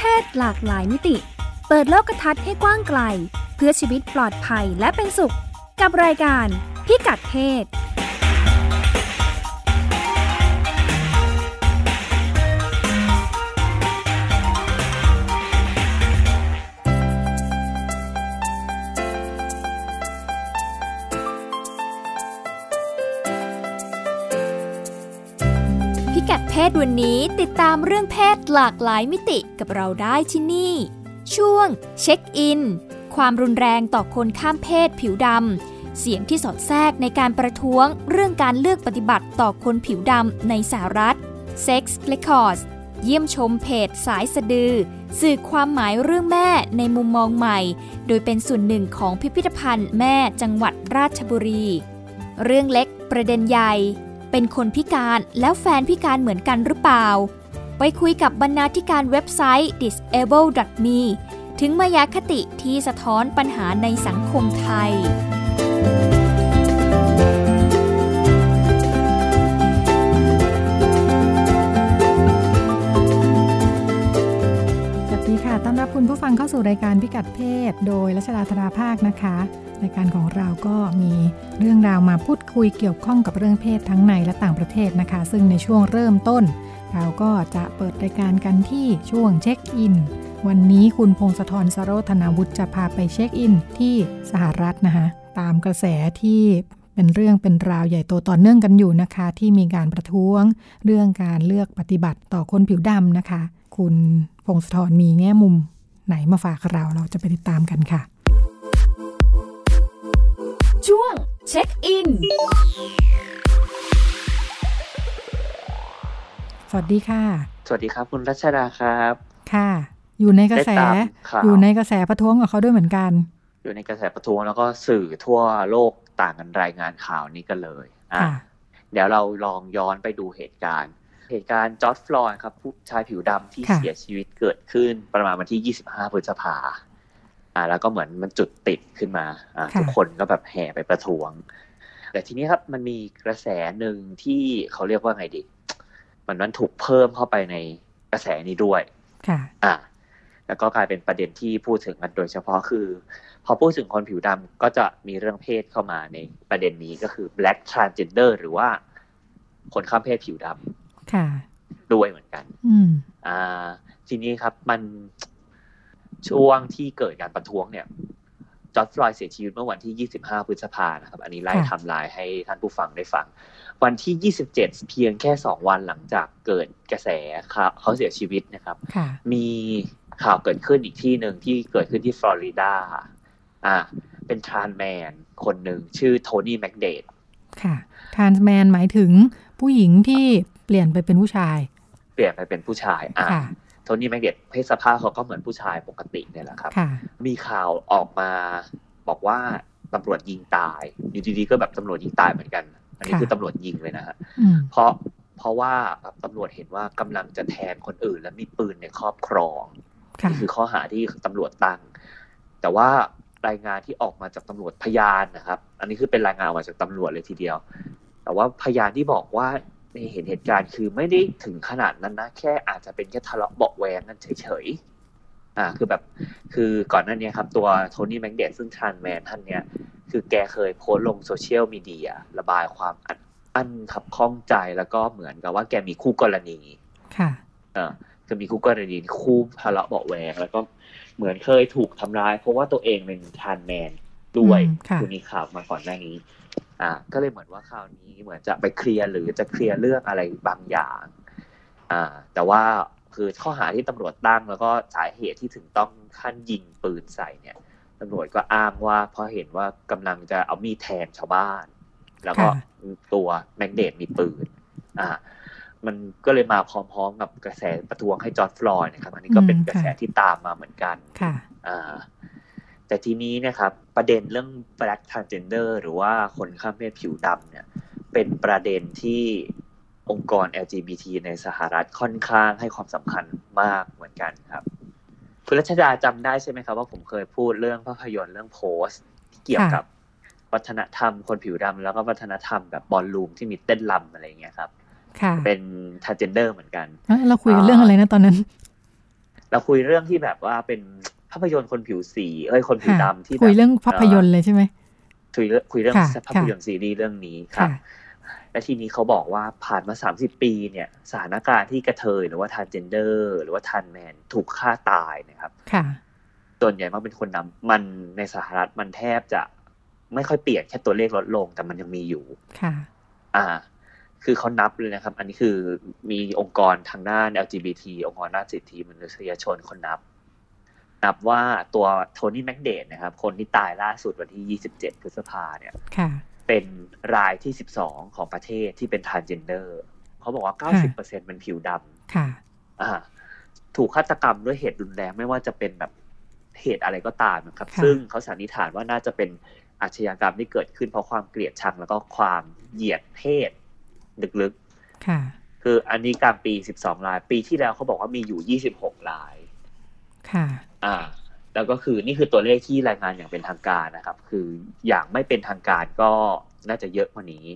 ศหลากหลายมิติเปิดโลกทัศน์ให้กว้างไกลเพื่อชีวิตปลอดภัยและเป็นสุขกับรายการพิกัดเพศพิกัดเพศวันนี้ติดตามเรื่องเพศหลากหลายมิติกับเราได้ที่นี่ช่วงเช็คอินความรุนแรงต่อคนข้ามเพศผิวดำเสียงที่สอดแทรกในการประท้วงเรื่องการเลือกปฏิบัติต่อคนผิวดำในสหรัฐ Sex Records เยี่ยมชมเพจสายสะดือสื่อความหมายเรื่องแม่ในมุมมองใหม่โดยเป็นส่วนหนึ่งของพิพิธภัณฑ์แม่จังหวัดราชบุรีเรื่องเล็กประเด็นใหญ่เป็นคนพิการแล้วแฟนพิการเหมือนกันหรือเปล่าไปคุยกับบรรณาธิการเว็บไซต์ disable.me ถึงมายาคติที่สะท้อนปัญหาในสังคมไทยสวัสดีค่ะต้อนรับคุณผู้ฟังเข้าสู่รายการพิกัดเพศโดยรัชดาธราภาคนะคะรายการของเราก็มีเรื่องราวมาพูดคุยเกี่ยวข้องกับเรื่องเพศทั้งในและต่างประเทศนะคะซึ่งในช่วงเริ่มต้นเราก็จะเปิดรายการกันที่ช่วงเช็คอินวันนี้คุณพงศธร สโรธนาวุฒิจะพาไปเช็คอินที่สหรัฐนะคะตามกระแสที่เป็นเรื่องเป็นราวใหญ่โตต่อเนื่องกันอยู่นะคะที่มีการประท้วงเรื่องการเลือกปฏิบัติต่อคนผิวดำนะคะคุณพงศธรมีแง่มุมไหนมาฝากเราจะไปติดตามกันค่ะช่วงเช็คอินสวัสดีค่ะสวัสดีครับคุณรัชดาครับค่ะอยู่ในกระแสประท้วงกับเขาด้วยเหมือนกันอยู่ในกระแสประท้วงแล้วก็สื่อทั่วโลกต่างกันรายงานข่าวนี้กันเลยเดี๋ยวเราลองย้อนไปดูเหตุการณ์จอร์จ ฟลอยด์ครับผู้ชายผิวดำที่เสียชีวิตเกิดขึ้นประมาณวันที่25พฤษภาคมแล้วก็เหมือนมันจุดติดขึ้นมาทุกคนก็แบบแห่ไปประท้วงแต่ทีนี้ครับมันมีกระแสหนึ่งที่เขาเรียกว่าไงดีมันถูกเพิ่มเข้าไปในกระแสนี้ด้วยแล้วก็กลายเป็นประเด็นที่พูดถึงกันโดยเฉพาะคือพอพูดถึงคนผิวดำก็จะมีเรื่องเพศเข้ามาในประเด็นนี้ก็คือ black transgender หรือว่าคนข้ามเพศผิวดำด้วยเหมือนกันทีนี้ครับมันช่วงที่เกิดการประท้วงเนี่ยจอร์จ ฟลอยด์เสียชีวิตเมื่อวันที่25พฤษภาคมนะครับอันนี้ไล่ไทม์ไลน์ให้ท่านผู้ฟังได้ฟังวันที่27เพียงแค่2วันหลังจากเกิดกระแสเขาเสียชีวิตนะครับมีข่าวเกิดขึ้นอีกที่หนึ่งที่เกิดขึ้นที่ฟลอริดาเป็นทรานส์แมนคนหนึ่งชื่อโทนี่แมคเดดค่ะทรานส์แมนหมายถึงผู้หญิงที่เปลี่ยนไปเป็นผู้ชายโทนี่แมคเดดเพศสภาพเขาก็เหมือนผู้ชายปกติเนี่ยแหละครับมีข่าวออกมาบอกว่าตำรวจยิงตายอยู่ดีๆก็แบบตำรวจยิงตายเหมือนกันอันนี้คือตำรวจยิงเลยนะฮะเพราะว่าตำรวจเห็นว่ากำลังจะแทงคนอื่นและมีปืนในครอบครองนี่คือข้อหาที่ตำรวจตั้งแต่ว่ารายงานที่ออกมาจากตำรวจพยานนะครับอันนี้คือเป็นรายงานออกมาจากตำรวจเลยทีเดียวแต่ว่าพยานที่บอกว่าเห็นเหตุการณ์คือไม่ได้ถึงขนาดนั้นนะแค่อาจจะเป็นแค่ทะเลาะเบาะแว้งกันเฉยคือก่อนหน้านี้ครับตัวโทนี่แมคเดดซึ่งทรานส์แมนท่านเนี้ยคือแกเคยโพสต์ลงโซเชียลมีเดียระบายความอั้นขับข้องใจแล้วก็เหมือนกับว่าแกมีคู่กรณีจะมีคู่กรณีคู่ทะเลาะเบาะแว้งแล้วก็เหมือนเคยถูกทำร้ายเพราะว่าตัวเองเป็นทรานส์แมนด้วยคือมีข่าวมาก่อนหน้านี้ก็เลยเหมือนว่าข่าวนี้เหมือนจะไปเคลียร์หรือจะเคลียร์เรื่องอะไรบางอย่างแต่ว่าคือข้อหาที่ตำรวจตั้งแล้วก็สาเหตุที่ถึงต้องขั้นยิงปืนใส่เนี่ยตำรวจก็อ้างว่าเพราะเห็นว่ากำลังจะเอามีดแทงชาวบ้านแล้วก็ตัวแมคเดดมีปืนมันก็เลยมาพร้อมๆกับกระแสประท้วงให้จอร์จ ฟลอยด์นะครับอันนี้ก็เป็นกระแสที่ตามมาเหมือนกันแต่ทีนี้นะครับประเด็นเรื่อง black transgender หรือว่าคนข้ามเพศผิวดำเนี่ยเป็นประเด็นที่องค์กร LGBT ในสหรัฐค่อนข้างให้ความสำคัญมากเหมือนกันครับคุณรัชดาจำได้ใช่ไหมครับว่าผมเคยพูดเรื่องภาพยนตร์เรื่องโพสที่เกี่ยวกับวัฒนธรรมคนผิวดำแล้วก็วัฒนธรรมแบบบอลลูมที่มีเต้นรำอะไรอย่างเงี้ยครับเป็น transgender เหมือนกันเราคุยกันเรื่องอะไรนะตอนนั้นเราคุยเรื่องที่แบบว่าเป็นภาพยนตร์คนผิวสีคนผิวดำที่คุยเรื่องภาพยนตร์เลยใช่ไหมคุยเรื่องภาพยนตร์ซีรีส์เรื่องนี้ครับและทีนี้เขาบอกว่าผ่านมา30ปีเนี่ยสถานการณ์ที่กระเทยหรือว่าทรานส์เจนเดอร์หรือว่าทรานส์แมนถูกฆ่าตายนะครับส่วนใหญ่มักเป็นคนดำมันในสหรัฐมันแทบจะไม่ค่อยเปลี่ยนแค่ตัวเลขลดลงแต่มันยังมีอยู่คือเขานับเลยนะครับอันนี้คือมีองค์กรทางด้าน LGBT องค์กรด้านสิทธิมนุษยชนคนนับว่าตัวโทนี่แมคเดนนะครับคนที่ตายล่าสุดวันที่27พฤษภาเนี่ยเป็นรายที่12ของประเทศที่เป็นทรานส์เจนเดอร์เขาบอกว่า 90% เป็นผิวดำถูกฆาตกรรมด้วยเหตุรุนแรงไม่ว่าจะเป็นแบบเหตุอะไรก็ตามนะครับซึ่งเขาสันนิษฐานว่าน่าจะเป็นอาชญากรรมที่เกิดขึ้นเพราะความเกลียดชังแล้วก็ความเหยียดเพศลึกๆคืออันนี้กลางปี12รายปีที่แล้วเขาบอกว่ามีอยู่26รายแล้วก็คือนี่คือตัวเลขที่รายงานอย่างเป็นทางการนะครับคืออย่างไม่เป็นทางการก็น่าจะเยอะกว่านี้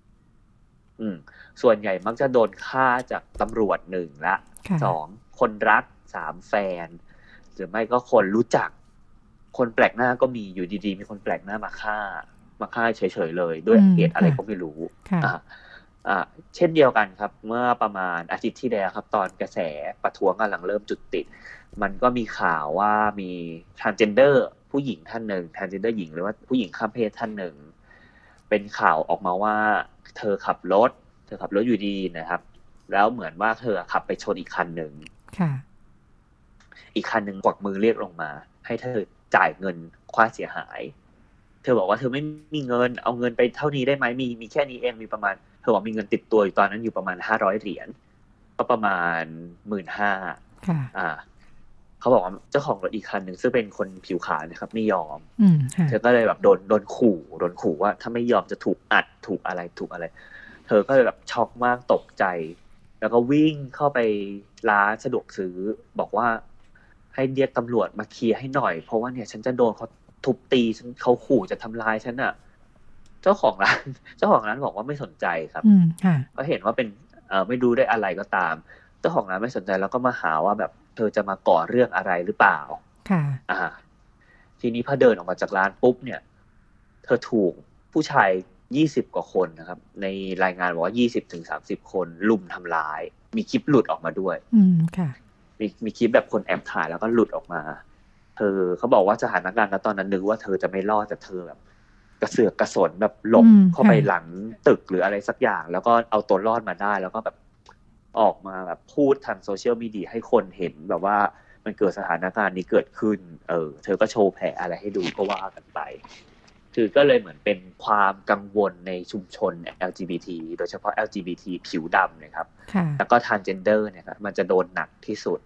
ส่วนใหญ่มักจะโดนฆ่าจากตำรวจ1ละ2คนรัก3แฟนหรือไม่ก็คนรู้จักคนแปลกหน้าก็มีอยู่ดีๆมีคนแปลกหน้ามาฆ่าเฉยๆเลยด้วยเหตุอะไรก็ไม่รู้เช่นเดียวกันครับเมื่อประมาณอาทิตย์ที่แล้วครับตอนกระแสประท้วงกำลังเริ่มจุดติดมันก็มีข่าวว่ามีทรานส์เจนเดอร์ผู้หญิงท่านหนึ่งทรานส์เจนเดอร์หญิงหรือว่าผู้หญิงข้ามเพศท่านหนึ่งเป็นข่าวออกมาว่าเธอขับรถอยู่ดีนะครับแล้วเหมือนว่าเธอขับไปชนอีกคันหนึ่งอีกคันหนึ่งกวักมือเรียกลงมาให้เธอจ่ายเงินค่าเสียหายเธอบอกว่าเธอไม่มีเงินเอาเงินไปเท่านี้ได้ไหมมีแค่นี้เองมีประมาณเธอบอกมีเงินติดตัวอยู่ตอนนั้นอยู่ประมาณ500เหรียญก็ประมาณ 15,000 เขาบอกว่าเจ้าของรถอีกคันหนึ่งซึ่งเป็นคนผิวขาวนะครับไม่ยอมเธอก็เลยแบบโดนขู่ว่าถ้าไม่ยอมจะถูกอัดถูกอะไรเธอก็เลยแบบช็อกมากตกใจแล้วก็วิ่งเข้าไปร้านสะดวกซื้อบอกว่าให้เรียกตำรวจมาเคลียร์ให้หน่อยเพราะว่าเนี่ยฉันจะโดนเขาทุบตีฉันเขาขู่จะทำร้ายฉันอ่ะเจ้าของร้านบอกว่าไม่สนใจครับเขาเห็นว่าเป็นไม่รู้ได้อะไรก็ตามเจ้าของร้านไม่สนใจแล้วก็มาหาว่าแบบเธอจะมาก่อเรื่องอะไรหรือเปล่าทีนี้พอเดินออกมาจากร้านปุ๊บเนี่ยเธอถูกผู้ชาย20กว่าคนนะครับในรายงานบอกว่า 20-30 คนลุมทำร้ายมีคลิปหลุดออกมาด้วยมีคลิปแบบคนแอบถ่ายแล้วก็หลุดออกมาเขาบอกว่าสถานการณ์ณตอนนั้นนึกว่าเธอจะไม่รอดแต่เธอแบบกระเสือกกระสนแบบหลบเข้าไปหลังตึกหรืออะไรสักอย่างแล้วก็เอาตัวรอดมาได้แล้วก็แบบออกมาแบบพูดทางโซเชียลมีเดียให้คนเห็นแบบว่ามันเกิดสถานการณ์นี้เกิดขึ้นเธอก็โชว์แผลอะไรให้ดูก็ว่ากันไปคือก็เลยเหมือนเป็นความกังวลในชุมชน LGBT โดยเฉพาะ LGBT ผิวดำนะครับแล้วก็ transgender เนี่ยครับมันจะโดนหนักที่สุด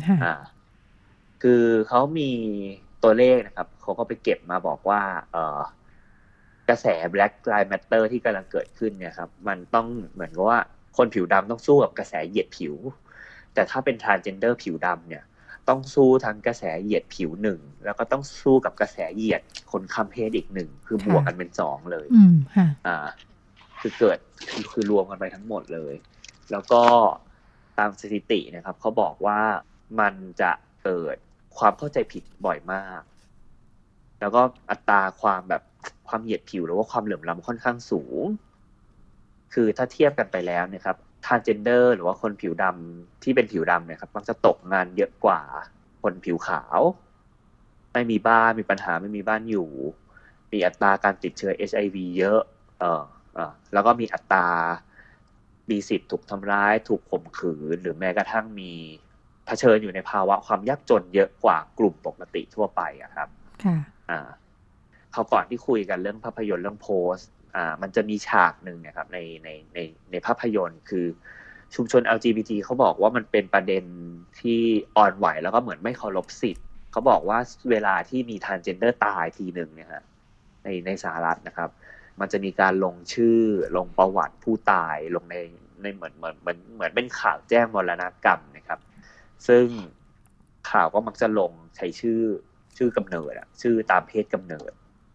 คือเขามีตัวเลขนะครับเขาก็ไปเก็บมาบอกว่ากระแส Black Lives Matter ที่กำลังเกิดขึ้นเนี่ยครับมันต้องเหมือนกับว่าคนผิวดำต้องสู้กับกระแสเหยียดผิวแต่ถ้าเป็น transgender ผิวดำเนี่ยต้องสู้ทั้งกระแสเหยียดผิวหนึ่งแล้วก็ต้องสู้กับกระแสเหยียดคนข้ามเพศอีกหนึ่งคือบวกกันเป็น2เลยคือเกิดคือรวมกันไปทั้งหมดเลยแล้วก็ตามสถิตินะครับเขาบอกว่ามันจะเกิดความเข้าใจผิดบ่อยมากแล้วก็อัตราความแบบความเหยียดผิวหรือว่าความเหลื่อมล้ำค่อนข้างสูงคือถ้าเทียบกันไปแล้วนะครับtransgender หรือว่าคนผิวดำที่เป็นผิวดำเนี่ยครับมักจะตกงานเยอะกว่าคนผิวขาวไม่มีบ้านมีปัญหาไม่มีบ้านอยู่มีอัตราการติดเชื้อ HIV เยอะแล้วก็มีอัตรามีสิทธิ์ถูกทำร้ายถูกข่มขืนหรือแม้กระทั่งมีเผชิญอยู่ในภาวะความยากจนเยอะกว่ากลุ่มปกติทั่วไปอะครับเขาก่อนที่คุยกันเรื่องภาพยนตร์เรื่องโพสต์มันจะมีฉากหนึ่งนะครับในภาพยนตร์คือชุมชน LGBT เขาบอกว่ามันเป็นประเด็นที่อ่อนไหวแล้วก็เหมือนไม่เคารพสิทธิ์เขาบอกว่าเวลาที่มี transgender ตายทีนึงเนี่ยฮะในสหรัฐนะครับมันจะมีการลงชื่อลงประวัติผู้ตายลงในเหมือนเป็นข่าวแจ้งมรณกรรมนะครับซึ่งข่าวก็มักจะลงใช้ชื่อกำเนิดชื่อตามเพศกำเนิด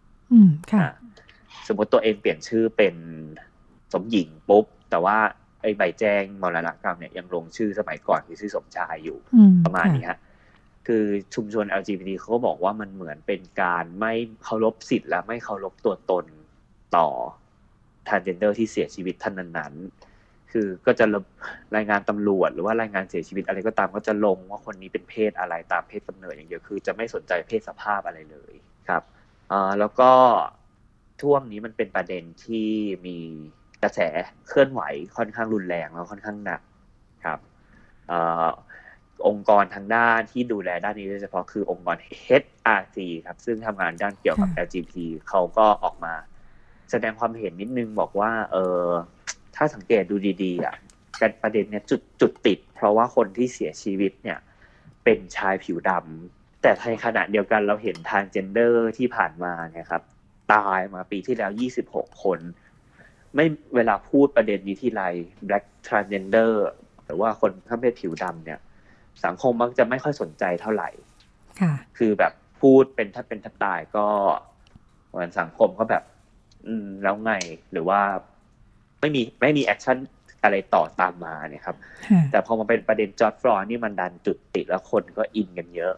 สมมติตัวเองเปลี่ยนชื่อเป็นสมหญิงปุ๊บแต่ว่าไอ้ใบแจ้งมรณกรรมเนี่ยยังลงชื่อสมัยก่อนคือชื่อสมชายอยู่ประมาณนี้ฮะคือชุมชน LGBT เขาก็บอกว่ามันเหมือนเป็นการไม่เคารพสิทธิ์และไม่เคารพตัวตนต่อ transgender ที่เสียชีวิตท่านนั้นๆคือก็จะรายงานตำรวจหรือว่ารายงานเสียชีวิตอะไรก็ตามก็จะลงว่าคนนี้เป็นเพศอะไรตามเพศกำเนิดอย่างเดียวคือจะไม่สนใจเพศสภาพอะไรเลยครับแล้วก็ช่วงนี้มันเป็นประเด็นที่มีกระแสเคลื่อนไหวค่อนข้างรุนแรงแล้วค่อนข้างหนักครับองค์กรทางด้านที่ดูแลด้านนี้โดยเฉพาะคือองค์กร HRC ครับซึ่งทำงานด้านเกี่ยวกับ LGBT เขาก็ออกมาแสดงความเห็นนิดนึงบอกว่าถ้าสังเกตดูดีๆอ่ะการประเด็นเนี้ยจุดติดเพราะว่าคนที่เสียชีวิตเนี่ยเป็นชายผิวดำแต่ในขณะเดียวกันเราเห็น transgender ที่ผ่านมาเนี่ยครับตายมาปีที่แล้ว26คนไม่เวลาพูดประเด็นนี้ที่ไร black transgender หรือว่าคนข้ามเพศผิวดำเนี่ยสังคมมักจะไม่ค่อยสนใจเท่าไหร่คือแบบพูดเป็นถ้าเป็นถ้าตายก็เหมือนสังคมก็แบบแล้วไงหรือว่าไม่มีแอคชั่นอะไรต่อตามมาเนี่ยครับแต่พอมาเป็นประเด็นจอร์จฟลอยด์นี่มันดันจุดติดแล้วคนก็อินกันเยอะ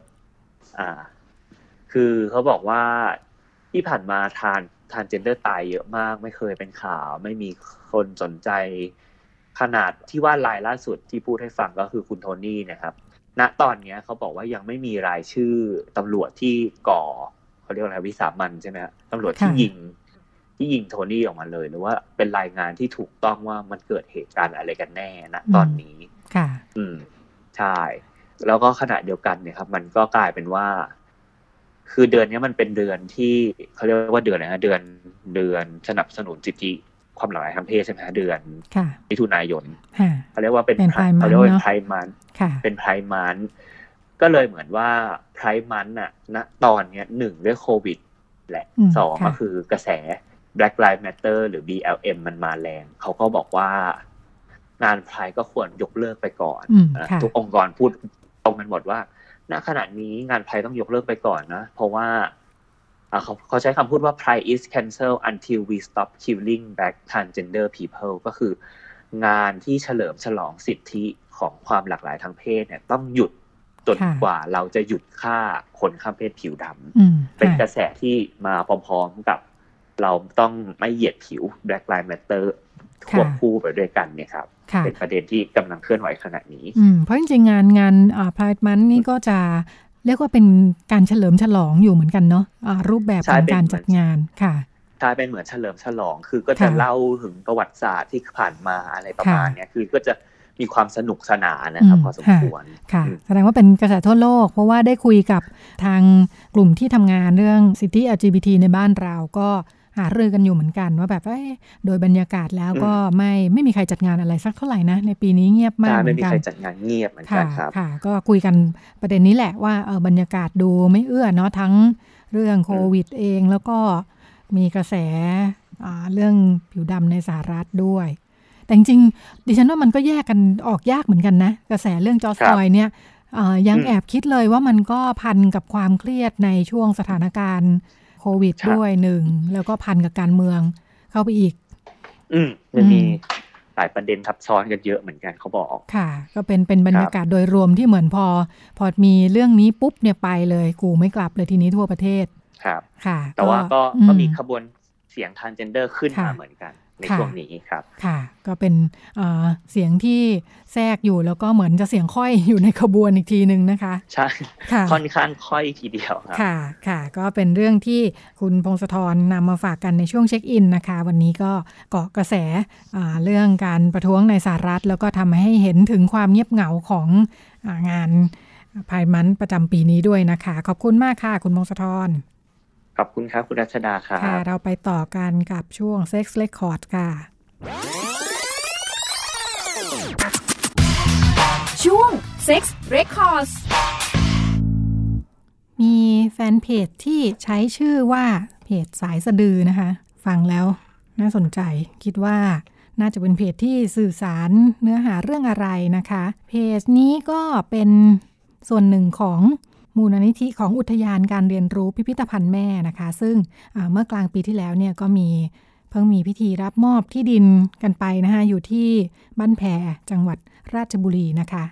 คือเขาบอกว่าที่ผ่านมาtransgender ตายเยอะมากไม่เคยเป็นข่าวไม่มีคนสนใจขนาดที่ว่ารายล่าสุดที่พูดให้ฟังก็คือคุณโทนี่นะครับณตอนนี้เขาบอกว่ายังไม่มีรายชื่อตำรวจที่ก่อเขาเรียกอะไรวิสามัญใช่ไหมครับตำรวจที่ยิงโทนี่ออกมาเลยหรือว่าเป็นรายงานที่ถูกต้องว่ามันเกิดเหตุการณ์อะไรกันแน่ณตอนนี้ค่ะใช่แล้วก็ขณะเดียวกันเนี่ยครับมันก็กลายเป็นว่าคือเดือนนี้มันเป็นเดือนที่เขาเรียกว่าเดือนอะไรนะเดือนสนับสนุนสิทธิความหลากหลายทางเพศใช่ไหมเดือนมิถุนายนเขาเรียกว่าเป็นเขาเรียกว่าเป็นไพร์มันเป็นไพร์มันก็เลยเหมือนว่าไพร์มันน่ะณตอนนี้1ด้วยโควิดแหละ2ก็คือกระแส Black Lives Matter หรือ BLM มันมาแรงเขาก็บอกว่างานไพร์ก็ควรยกเลิกไปก่อนทุกองค์กรพูดตรงกันหมดว่าณขณะนี้งานไพร์ต้องยกเลิกไปก่อนนะเพราะว่าเขาใช้คำพูดว่า Pride is cancelled until we stop killing black transgender people ก็คืองานที่เฉลิมฉลองสิทธิของความหลากหลายทางเพศเนี่ยต้องหยุดจนกว่าเราจะหยุดฆ่าคนข้ามเพศผิวดำเป็นกระแสที่มาพร้อมๆกับเราต้องไม่เหยียดผิว Black Lives Matter ควบคู่ไปด้วยกันเนี่ยครับเป็นประเด็นที่กำลังเคลื่อนไหวขณะนี้เพราะจริงๆงานPride Month นี่ก็จะเรียกว่าเป็นการเฉลิมฉลองอยู่เหมือนกันเนาะรูปแบบของการจัดงานค่ะใช่เป็นเหมือนเฉลิมฉลองคือก็จะเล่าถึงประวัติศาสตร์ที่ผ่านมาอะไรประมาณนี้คือก็จะมีความสนุกสนานนะครับพอสมควรค่ะแสดงว่าเป็นกระแสทั่วโลกเพราะว่าได้คุยกับทางกลุ่มที่ทำงานเรื่องสิทธิ LGBT ในบ้านเราก็หารือกันอยู่เหมือนกันว่าแบบโดยบรรยากาศแล้วก็ไม่มีใครจัดงานอะไรสักเท่าไหร่นะในปีนี้เงียบมากเหมือนกันไม่มีใครจัดงานเงียบเหมือนกันครับค่ะก็คุยกันประเด็นนี้แหละว่าบรรยากาศดูไม่เอื้อเนาะทั้งเรื่องโควิดเองแล้วก็มีกระแสเรื่องผิวดำในสหรัฐด้วยแต่จริงๆดิฉันว่ามันก็แยกกันออกยากเหมือนกันนะกระแสเรื่องจอร์จฟลอยด์เนี่ยยังแอบคิดเลยว่ามันก็พันกับความเครียดในช่วงสถานการณ์โควิดด้วยหนึ่งแล้วก็พันกับการเมืองเข้าไปอีกจะมีหลายประเด็นทับซ้อนกันเยอะเหมือนกันเขาบอกค่ะก็เป็นบรรยากาศโดยรวมที่เหมือนพอมีเรื่องนี้ปุ๊บเนี่ยไปเลยกูไม่กลับเลยทีนี้ทั่วประเทศครับค่ะแต่ว่าก็มีขบวนเสียง transgender ขึ้นมาเหมือนกันในช่วงนี้ครับค่ะก็เป็นเสียงที่แทรกอยู่แล้วก็เหมือนจะเสียงค่อยอยู่ในขบวนอีกทีนึงนะคะใช่ค่อนข้างค่อยทีเดียวครับค่ะก็เป็นเรื่องที่คุณพงศธรนำมาฝากกันในช่วงเช็คอินนะคะวันนี้ก็เกาะกระแสเรื่องการประท้วงในสหรัฐแล้วก็ทำให้เห็นถึงความเงียบเหงาของงานไพร์มันประจำปีนี้ด้วยนะคะขอบคุณมากค่ะคุณพงศธรขอบคุณครับคุณรัชดาครับค่ะเราไปต่อกันกับช่วง Sex Record ค่ะช่วง Sex Records มีแฟนเพจที่ใช้ชื่อว่าเพจสายสะดือนะคะฟังแล้วน่าสนใจคิดว่าน่าจะเป็นเพจที่สื่อสารเนื้อหาเรื่องอะไรนะคะเพจนี้ก็เป็นส่วนหนึ่งของมูลนิธิของอุทยานการเรียนรู้พิพิธภัณฑ์แม่นะคะซึ่งเมื่อกลางปีที่แล้วเนี่ยก็เพิ่งมีพิธีรับมอบที่ดินกันไปนะคะอยู่ที่บ้านแพจังหวัดราชบุรีนะคะ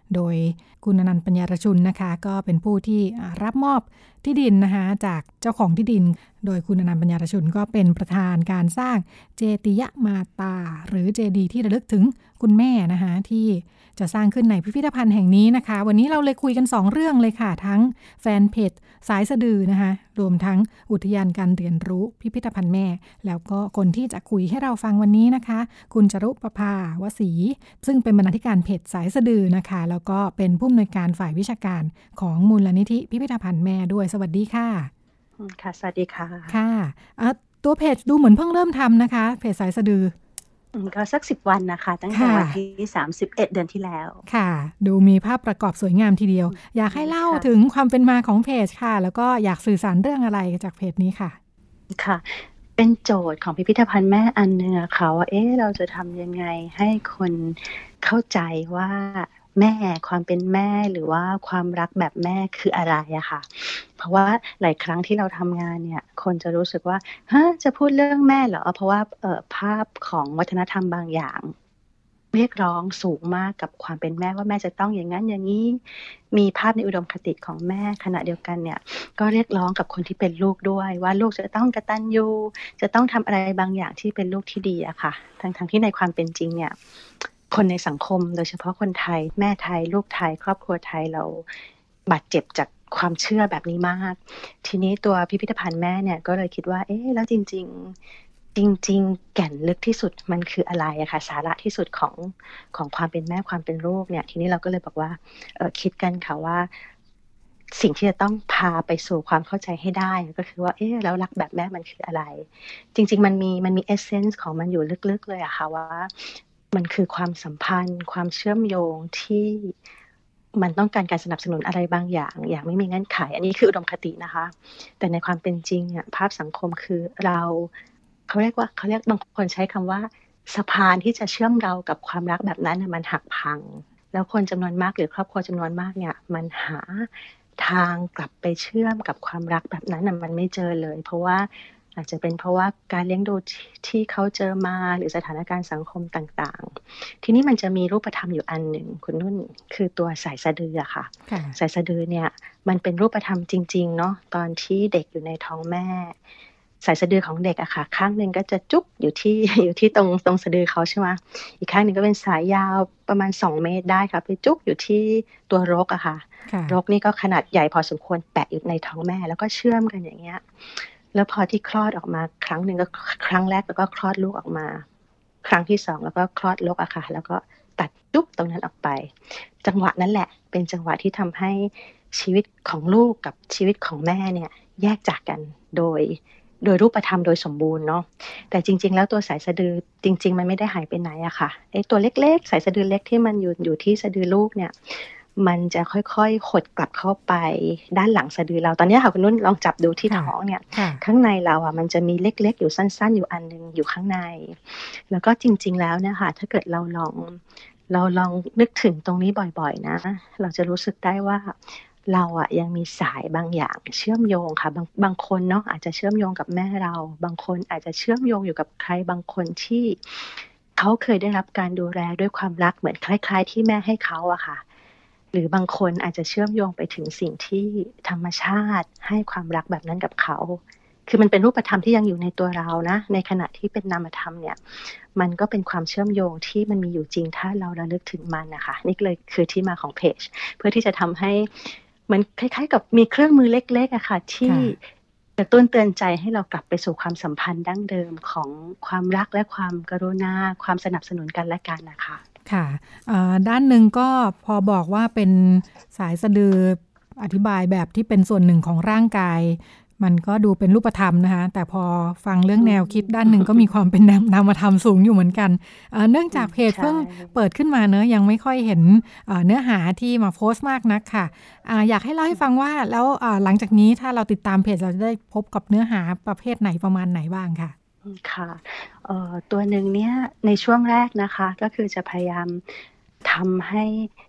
โดยคุณอนันต์ปัญญารชุนนะคะก็เป็นผู้ที่รับมอบที่ดินนะคะจากเจ้าของที่ดินโดยคุณอนันต์ปัญญารชุนก็เป็นประธานการสร้างเจติยมาตาหรือเจดีย์ที่ระลึกถึงคุณแม่นะคะที่จะสร้างขึ้นในพิพิธภัณฑ์แห่งนี้นะคะวันนี้เราเลยคุยกัน2เรื่องเลยค่ะทั้งแฟนเพจสายสะดือนะคะรวมทั้งอุทยานการเรียนรู้พิพิธภัณฑ์แม่แล้วก็คนที่จะคุยให้เราฟังวันนี้นะคะคุณจรุประภาวสีซึ่งเป็นบรรณาธิการเพจสายสะดือนะคะแล้วก็เป็นผู้อำนวยการฝ่ายวิชาการของมูลนิธิพิพิธภัณฑ์แม่ด้วยสวัสดีค่ะค่ะสวัสดีค่ะค่ะตัวเพจดูเหมือนเพิ่งเริ่มทำนะคะเพจสายสะดือก็สัก10 วันนะคะตั้งแต่วันที่31เดือนที่แล้วค่ะดูมีภาพประกอบสวยงามทีเดียวอยากให้เล่าถึงความเป็นมาของเพจค่ะแล้วก็อยากสื่อสารเรื่องอะไรจากเพจนี้ค่ะค่ะเป็นโจทย์ของพิพิธภัณฑ์แม่อันเนื้อค่ะว่าเราจะทำยังไงให้คนเข้าใจว่าแม่ความเป็นแม่หรือว่าความรักแบบแม่คืออะไรอะค่ะเพราะว่าหลายครั้งที่เราทำงานเนี่ยคนจะรู้สึกว่าจะพูดเรื่องแม่เหรอเพราะว่าภาพของวัฒนธรรมบางอย่างเรียกร้องสูงมากกับความเป็นแม่ว่าแม่จะต้องอย่างนั้นอย่างนี้มีภาพในอุดมคติของแม่ขณะเดียวกันเนี่ยก็เรียกร้องกับคนที่เป็นลูกด้วยว่าลูกจะต้องกตัญญูจะต้องทำอะไรบางอย่างที่เป็นลูกที่ดีอะค่ะทั้งที่ในความเป็นจริงเนี่ยคนในสังคมโดยเฉพาะคนไทยแม่ไทยลูกไทยครอบครัวไทยเราบาดเจ็บจากความเชื่อแบบนี้มากทีนี้ตัวพิพิธภัณฑ์แม่เนี่ยก็เลยคิดว่าแล้วจริงแก่นลึกที่สุดมันคืออะไรอะค่ะสาระที่สุดของความเป็นแม่ความเป็นลูกเนี่ยทีนี้เราก็เลยบอกว่าคิดกันค่ะว่าสิ่งที่จะต้องพาไปสู่ความเข้าใจให้ได้ก็คือว่าแล้วรักแบบแม่มันคืออะไรจริงๆมันมีเอเซนส์ของมันอยู่ลึกๆเลยอะค่ะว่ามันคือความสัมพันธ์ความเชื่อมโยงที่มันต้องการการสนับสนุนอะไรบางอย่างไม่มีเงื่อนไขอันนี้คืออุดมคตินะคะแต่ในความเป็นจริงเนี่ยภาพสังคมคือเขาเรียกบางคนใช้คำว่าสะพานที่จะเชื่อมเรากับความรักแบบนั้นมันหักพังแล้วคนจำนวนมากหรือครอบครัวจำนวนมากเนี่ยมันหาทางกลับไปเชื่อมกับความรักแบบนั้นมันไม่เจอเลยเพราะว่าอาจจะเป็นเพราะว่าการเลี้ยงดูที่เขาเจอมาหรือสถานการณ์สังคมต่างๆทีนี้มันจะมีรูปธรรมอยู่อันหนึ่งคุณนุ่นคือตัวสายสะดืออะค่ะสายสะดือเนี่ยมันเป็นรูปธรรมจริงๆเนาะตอนที่เด็กอยู่ในท้องแม่สายสะดือของเด็กอะค่ะข้างนึงก็จะจุ๊บอยู่ที่ตรงสะดือเขาใช่ไหมอีกข้างนึงก็เป็นสายยาวประมาณ2 เมตรได้ค่ะไปจุ๊บอยู่ที่ตัวรกอะค่ะรกนี่ก็ขนาดใหญ่พอสมควรแปะอยู่ในท้องแม่แล้วก็เชื่อมกันอย่างเงี้ยแล้วพอที่คลอดออกมาครั้งนึงก็ครั้งแรกแล้วก็คลอดลูกออกมาครั้งที่2แล้วก็คลอดรกอะค่ะแล้วก็ตัดจุ๊บตรงนั้นออกไปจังหวะนั้นแหละเป็นจังหวะที่ทำให้ชีวิตของลูกกับชีวิตของแม่เนี่ยแยกจากกันโดยรูปธรรมโดยสมบูรณ์เนาะแต่จริงๆแล้วตัวสายสะดือจริงๆมันไม่ได้หายไปไหนอะค่ะตัวเล็กๆสายสะดือเล็กที่มันอยู่ที่สะดือลูกเนี่ยมันจะค่อยๆหดกลับเข้าไปด้านหลังสะดือเราตอนนี้ค่ะคุณนุ่นลองจับดูที่ท้องเนี่ยข้างในเราอะมันจะมีเล็กๆอยู่สั้นๆอยู่อันนึงอยู่ข้างในแล้วก็จริงๆแล้วเนี่ยค่ะถ้าเกิดเราลองนึกถึงตรงนี้บ่อยๆนะเราจะรู้สึกได้ว่าเราอะยังมีสายบางอย่างเชื่อมโยงค่ะบางคนเนาะอาจจะเชื่อมโยงกับแม่เราบางคนอาจจะเชื่อมโยงอยู่กับใครบางคนที่เขาเคยได้รับการดูแลด้วยความรักเหมือนคล้ายๆที่แม่ให้เขาอะค่ะหรือบางคนอาจจะเชื่อมโยงไปถึงสิ่งที่ธรรมชาติให้ความรักแบบนั้นกับเขาคือมันเป็นรูปธรรมที่ยังอยู่ในตัวเรานะในขณะที่เป็นนามธรรมเนี่ยมันก็เป็นความเชื่อมโยงที่มันมีอยู่จริงถ้าเราระลึกถึงมันนะคะนี่เลยคือที่มาของเพจเพื่อที่จะทำให้เหมือนคล้ายๆกับมีเครื่องมือเล็กๆอะค่ะที่กระตุ้นเตือนใจให้เรากลับไปสู่ความสัมพันธ์ดั้งเดิมของความรักและความกรุณาความสนับสนุนกันและกันนะคะค่ะด้านหนึ่งก็พอบอกว่าเป็นสายสะดืออธิบายแบบที่เป็นส่วนหนึ่งของร่างกายมันก็ดูเป็นรูปธรรมนะคะแต่พอฟังเรื่องแนวคิดด้านหนึ่งก็มีความเป็นนามธรรมสูงอยู่เหมือนกันเนื่องจากเพจเพิ่งเปิดขึ้นมาเนอะยังไม่ค่อยเห็นเนื้อหาที่มาโพสต์มากนักค่ะอยากให้เล่าให้ฟังว่าแล้วหลังจากนี้ถ้าเราติดตามเพจเราจะได้พบกับเนื้อหาประเภทไหนประมาณไหนบ้างค่ะค่ะตัวหนึ่งเนี่ยในช่วงแรกนะคะก็คือจะพยายามทำให้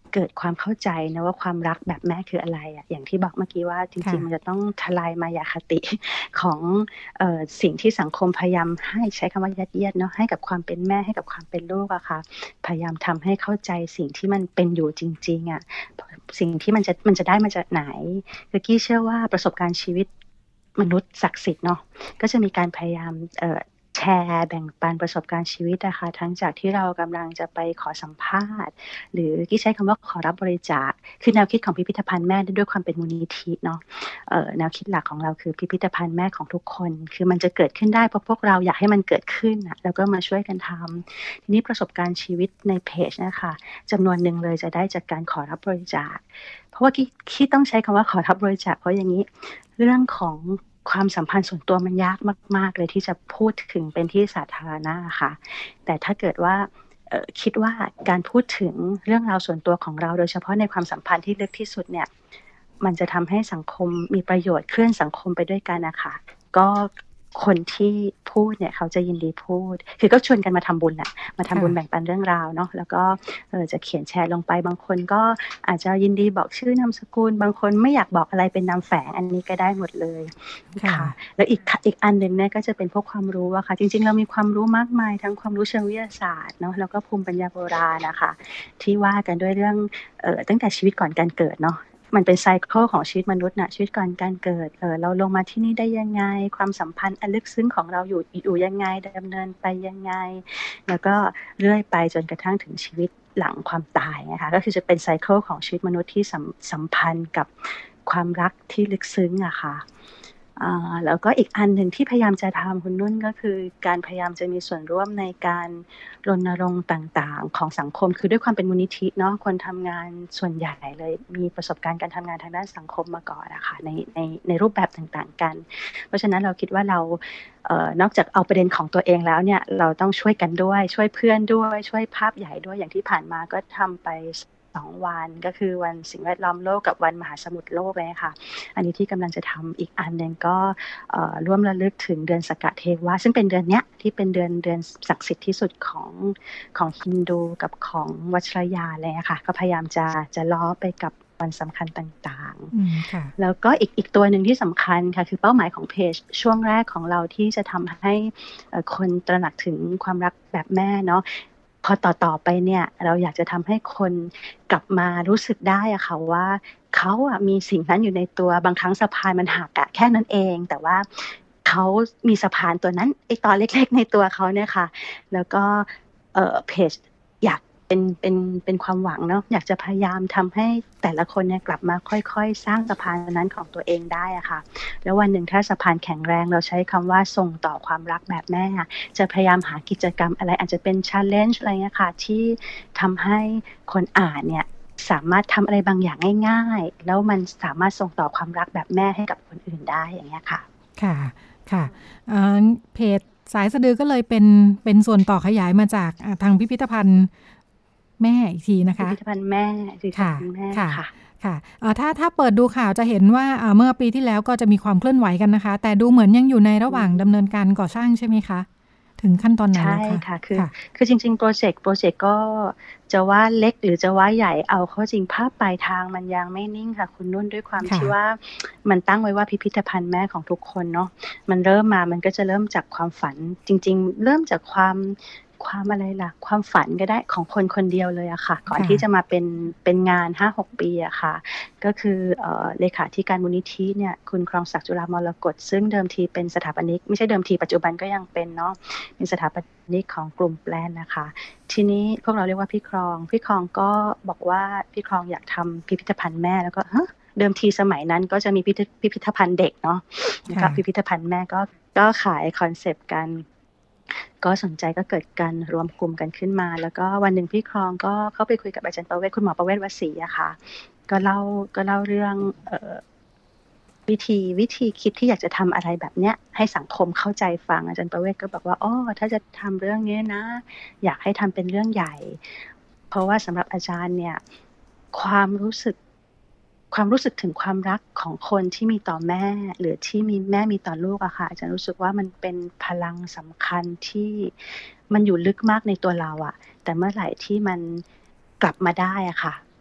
เกิดความเข้าใจนะว่าความรักแบบแม่คืออะไรอ่ะอย่างที่บอกเมื่อกี้ว่าจริงๆมันจะต้องทลายมายาคติของสิ่งที่สังคมพยายามให้ใช้คำว่ายัดเยียดเนาะให้กับความเป็นแม่ให้กับความเป็นลูกอะค่ะพยายามทำให้เข้าใจสิ่งที่มันเป็นอยู่จริงๆอะสิ่งที่มันจะได้มาจากไหนคือกี้เชื่อว่าประสบการณ์ชีวิตมนุษย์ศักดิ์สิทธิ์เนาะก็จะมีการพยายามแชร์แบ่งปันประสบการณ์ชีวิตนะคะทั้งจากที่เรากำลังจะไปขอสัมภาษณ์หรือที่ใช้คำว่าขอรับบริจาคคือแนวคิดของพิพิธภัณฑ์แม่ด้วยความเป็นมูลนิธิเนาะแนวคิดหลักของเราคือพิพิธภัณฑ์แม่ของทุกคนคือมันจะเกิดขึ้นได้เพราะพวกเราอยากให้มันเกิดขึ้นนะแล้วก็มาช่วยกันทำทีนี้ประสบการณ์ชีวิตในเพจนะคะจำนวนหนึ่งเลยจะได้จากการขอรับบริจาคเพราะว่าที่ต้องใช้คำว่าขอรับบริจาคเพราะอย่างนี้เรื่องของความสัมพันธ์ส่วนตัวมันยากมากๆเลยที่จะพูดถึงเป็นที่สาธารณะค่ะแต่ถ้าเกิดว่าคิดว่าการพูดถึงเรื่องราวส่วนตัวของเราโดยเฉพาะในความสัมพันธ์ที่ลึกที่สุดเนี่ยมันจะทำให้สังคมมีประโยชน์เคลื่อนสังคมไปด้วยกันนะคะก็คนที่พูดเนี่ยเขาจะยินดีพูดคือก็ชวนกันมาทำบุญน่ะมาทำบุญแบ่งปันเรื่องราวเนาะแล้วก็จะเขียนแชร์ลงไปบางคนก็อาจจะยินดีบอกชื่อนามสกุลบางคนไม่อยากบอกอะไรเป็นนามแฝงอันนี้ก็ได้หมดเลยค่ะแล้วอีกอันนึงเนี่ยก็จะเป็นพวกความรู้อะค่ะจริงๆเรามีความรู้มากมายทั้งความรู้เชิงวิทยาศาสตร์เนาะแล้วก็ภูมิปัญญาโบราณนะคะที่ว่ากันด้วยเรื่องตั้งแต่ชีวิตก่อนการเกิดเนาะมันเป็นไซเคิลของชีวิตมนุษย์นะชีวิตก่อนการเกิดเราลงมาที่นี่ได้ยังไงความสัมพันธ์อันลึกซึ้งของเราอยู่ยังไงดำเนินไปยังไงแล้วก็เรื่อยไปจนกระทั่งถึงชีวิตหลังความตายนะคะก็คือจะเป็นไซเคิลของชีวิตมนุษย์ที่สัมพันธ์กับความรักที่ลึกซึ้งอะค่ะแล้วก็อีกอันหนึ่งที่พยายามจะทำคุณนุ่นก็คือการพยายามจะมีส่วนร่วมในการรณรงค์ต่างๆของสังคมคือด้วยความเป็นมูลนิธิเนาะคนทำงานส่วนใหญ่เลยมีประสบการณ์การทำงานทางด้านสังคมมาก่อนนะคะในรูปแบบต่างๆกันเพราะฉะนั้นเราคิดว่าเรานอกจากเอาประเด็นของตัวเองแล้วเนี่ยเราต้องช่วยกันด้วยช่วยเพื่อนด้วยช่วยภาพใหญ่ด้วยอย่างที่ผ่านมาก็ทำไป2 วันก็คือวันสิ่งแวดล้อมโลกกับวันมหาสมุทรโลกเลยค่ะอันนี้ที่กำลังจะทำอีกอันนึงก็ร่วมระลึกถึงเดือนสกเทวะซึ่งเป็นเดือนเนี้ยที่เป็นเดือนศักดิ์สิทธิ์ที่สุดของฮินดูกับของวัชรยาเลยค่ะก็พยายามจะล้อไปกับวันสำคัญต่างๆแล้วก็อีกตัวหนึ่งที่สำคัญค่ะคือเป้าหมายของเพจช่วงแรกของเราที่จะทำให้คนตระหนักถึงความรักแบบแม่เนาะพอต่อไปเนี่ยเราอยากจะทำให้คนกลับมารู้สึกได้อะค่ะว่าเขาอะมีสิ่งนั้นอยู่ในตัวบางครั้งสะพานมันหักอะแค่นั้นเองแต่ว่าเขามีสะพานตัวนั้นไอ้ตอนเล็กๆในตัวเขาเนี่ยค่ะแล้วก็เพจอยากเป็นความหวังเนาะอยากจะพยายามทำให้แต่ละคนเนี่ยกลับมาค่อยๆสร้างสะพานนั้นของตัวเองได้อะค่ะแล้ววันหนึ่งถ้าสะพานแข็งแรงเราใช้คำว่าส่งต่อความรักแบบแม่จะพยายามหากิจกรรมอะไรอาจจะเป็น challenge อะไรเงี้ยค่ะที่ทำให้คนอ่านเนี่ยสามารถทำอะไรบางอย่างง่ายๆแล้วมันสามารถส่งต่อความรักแบบแม่ให้กับคนอื่นได้อย่างเงี้ยค่ะค่ะค่ะเพจสายสะดือก็เลยเป็นส่วนต่อขยายมาจากทางพิพิธภัณฑ์แม่อีกทีนะคะพิพิธภัณฑ์แม่ค่ะค่ะถ้าเปิดดูข่าวจะเห็นว่าเมื่อปีที่แล้วก็จะมีความเคลื่อนไหวกันนะคะแต่ดูเหมือนยังอยู่ในระหว่างดำเนินการก่อสร้างใช่ไหมคะถึงขั้นตอนไหนแล้วคะใช่ค่ะคือจริงๆโปรเจกต์ก็จะว่าเล็กหรือจะว่าใหญ่เอาเข้าจริงภาพปลายทางมันยังไม่นิ่งค่ะคุณนุ่นด้วยความที่ว่ามันตั้งไว้ว่าพิพิธภัณฑ์แม่ของทุกคนเนาะมันเริ่มมามันก็จะเริ่มจากความฝันจริงๆเริ่มจากความอะไรล่ะความฝันก็ได้ของคนคนเดียวเลยอะค่ะก่อนที่จะมาเป็นงาน 5-6 ปีอะค่ะก็คือเลขาธิการมูลนิธิเนี่ยคุณครองศักดิ์จุฬามรกตซึ่งเดิมทีเป็นสถาปนิกไม่ใช่เดิมทีปัจจุบันก็ยังเป็นเนาะเป็นสถาปนิกของกลุ่มแปลนนะคะทีนี้พวกเราเรียกว่าพี่ครองก็บอกว่าพี่ครองอยากทำพิพิธภัณฑ์แม่แล้วก็เดิมทีสมัยนั้นก็จะมีพิพิธภัณฑ์เด็กเนาะนะครับพิพิธภัณฑ์แม่ก็ขายคอนเซปต์กันก็สนใจก็เกิดการรวมกลุ่มกันขึ้นมาแล้วก็วันหนึ่งพี่ครองก็เข้าไปคุยกับอาจารย์ประเวศคุณหมอประเวศวสีอะค่ะก็เล่าเรื่องวิธีคิดที่อยากจะทำอะไรแบบเนี้ยให้สังคมเข้าใจฟังอาจารย์ประเวศก็บอกว่าถ้าจะทำเรื่องนี้นะอยากให้ทำเป็นเรื่องใหญ่เพราะว่าสำหรับอาจารย์เนี่ยความรู้สึกถึงความรักของคนที่มีต่อแม่หรือที่แม่มีต่อลูกอะค่ะอาจารย์รู้สึกว่ามันเป็นพลังสำคัญที่มันอยู่ลึกมากในตัวเราอะแต่เมื่อไหร่ที่มันกลับมาได้อะค่ะ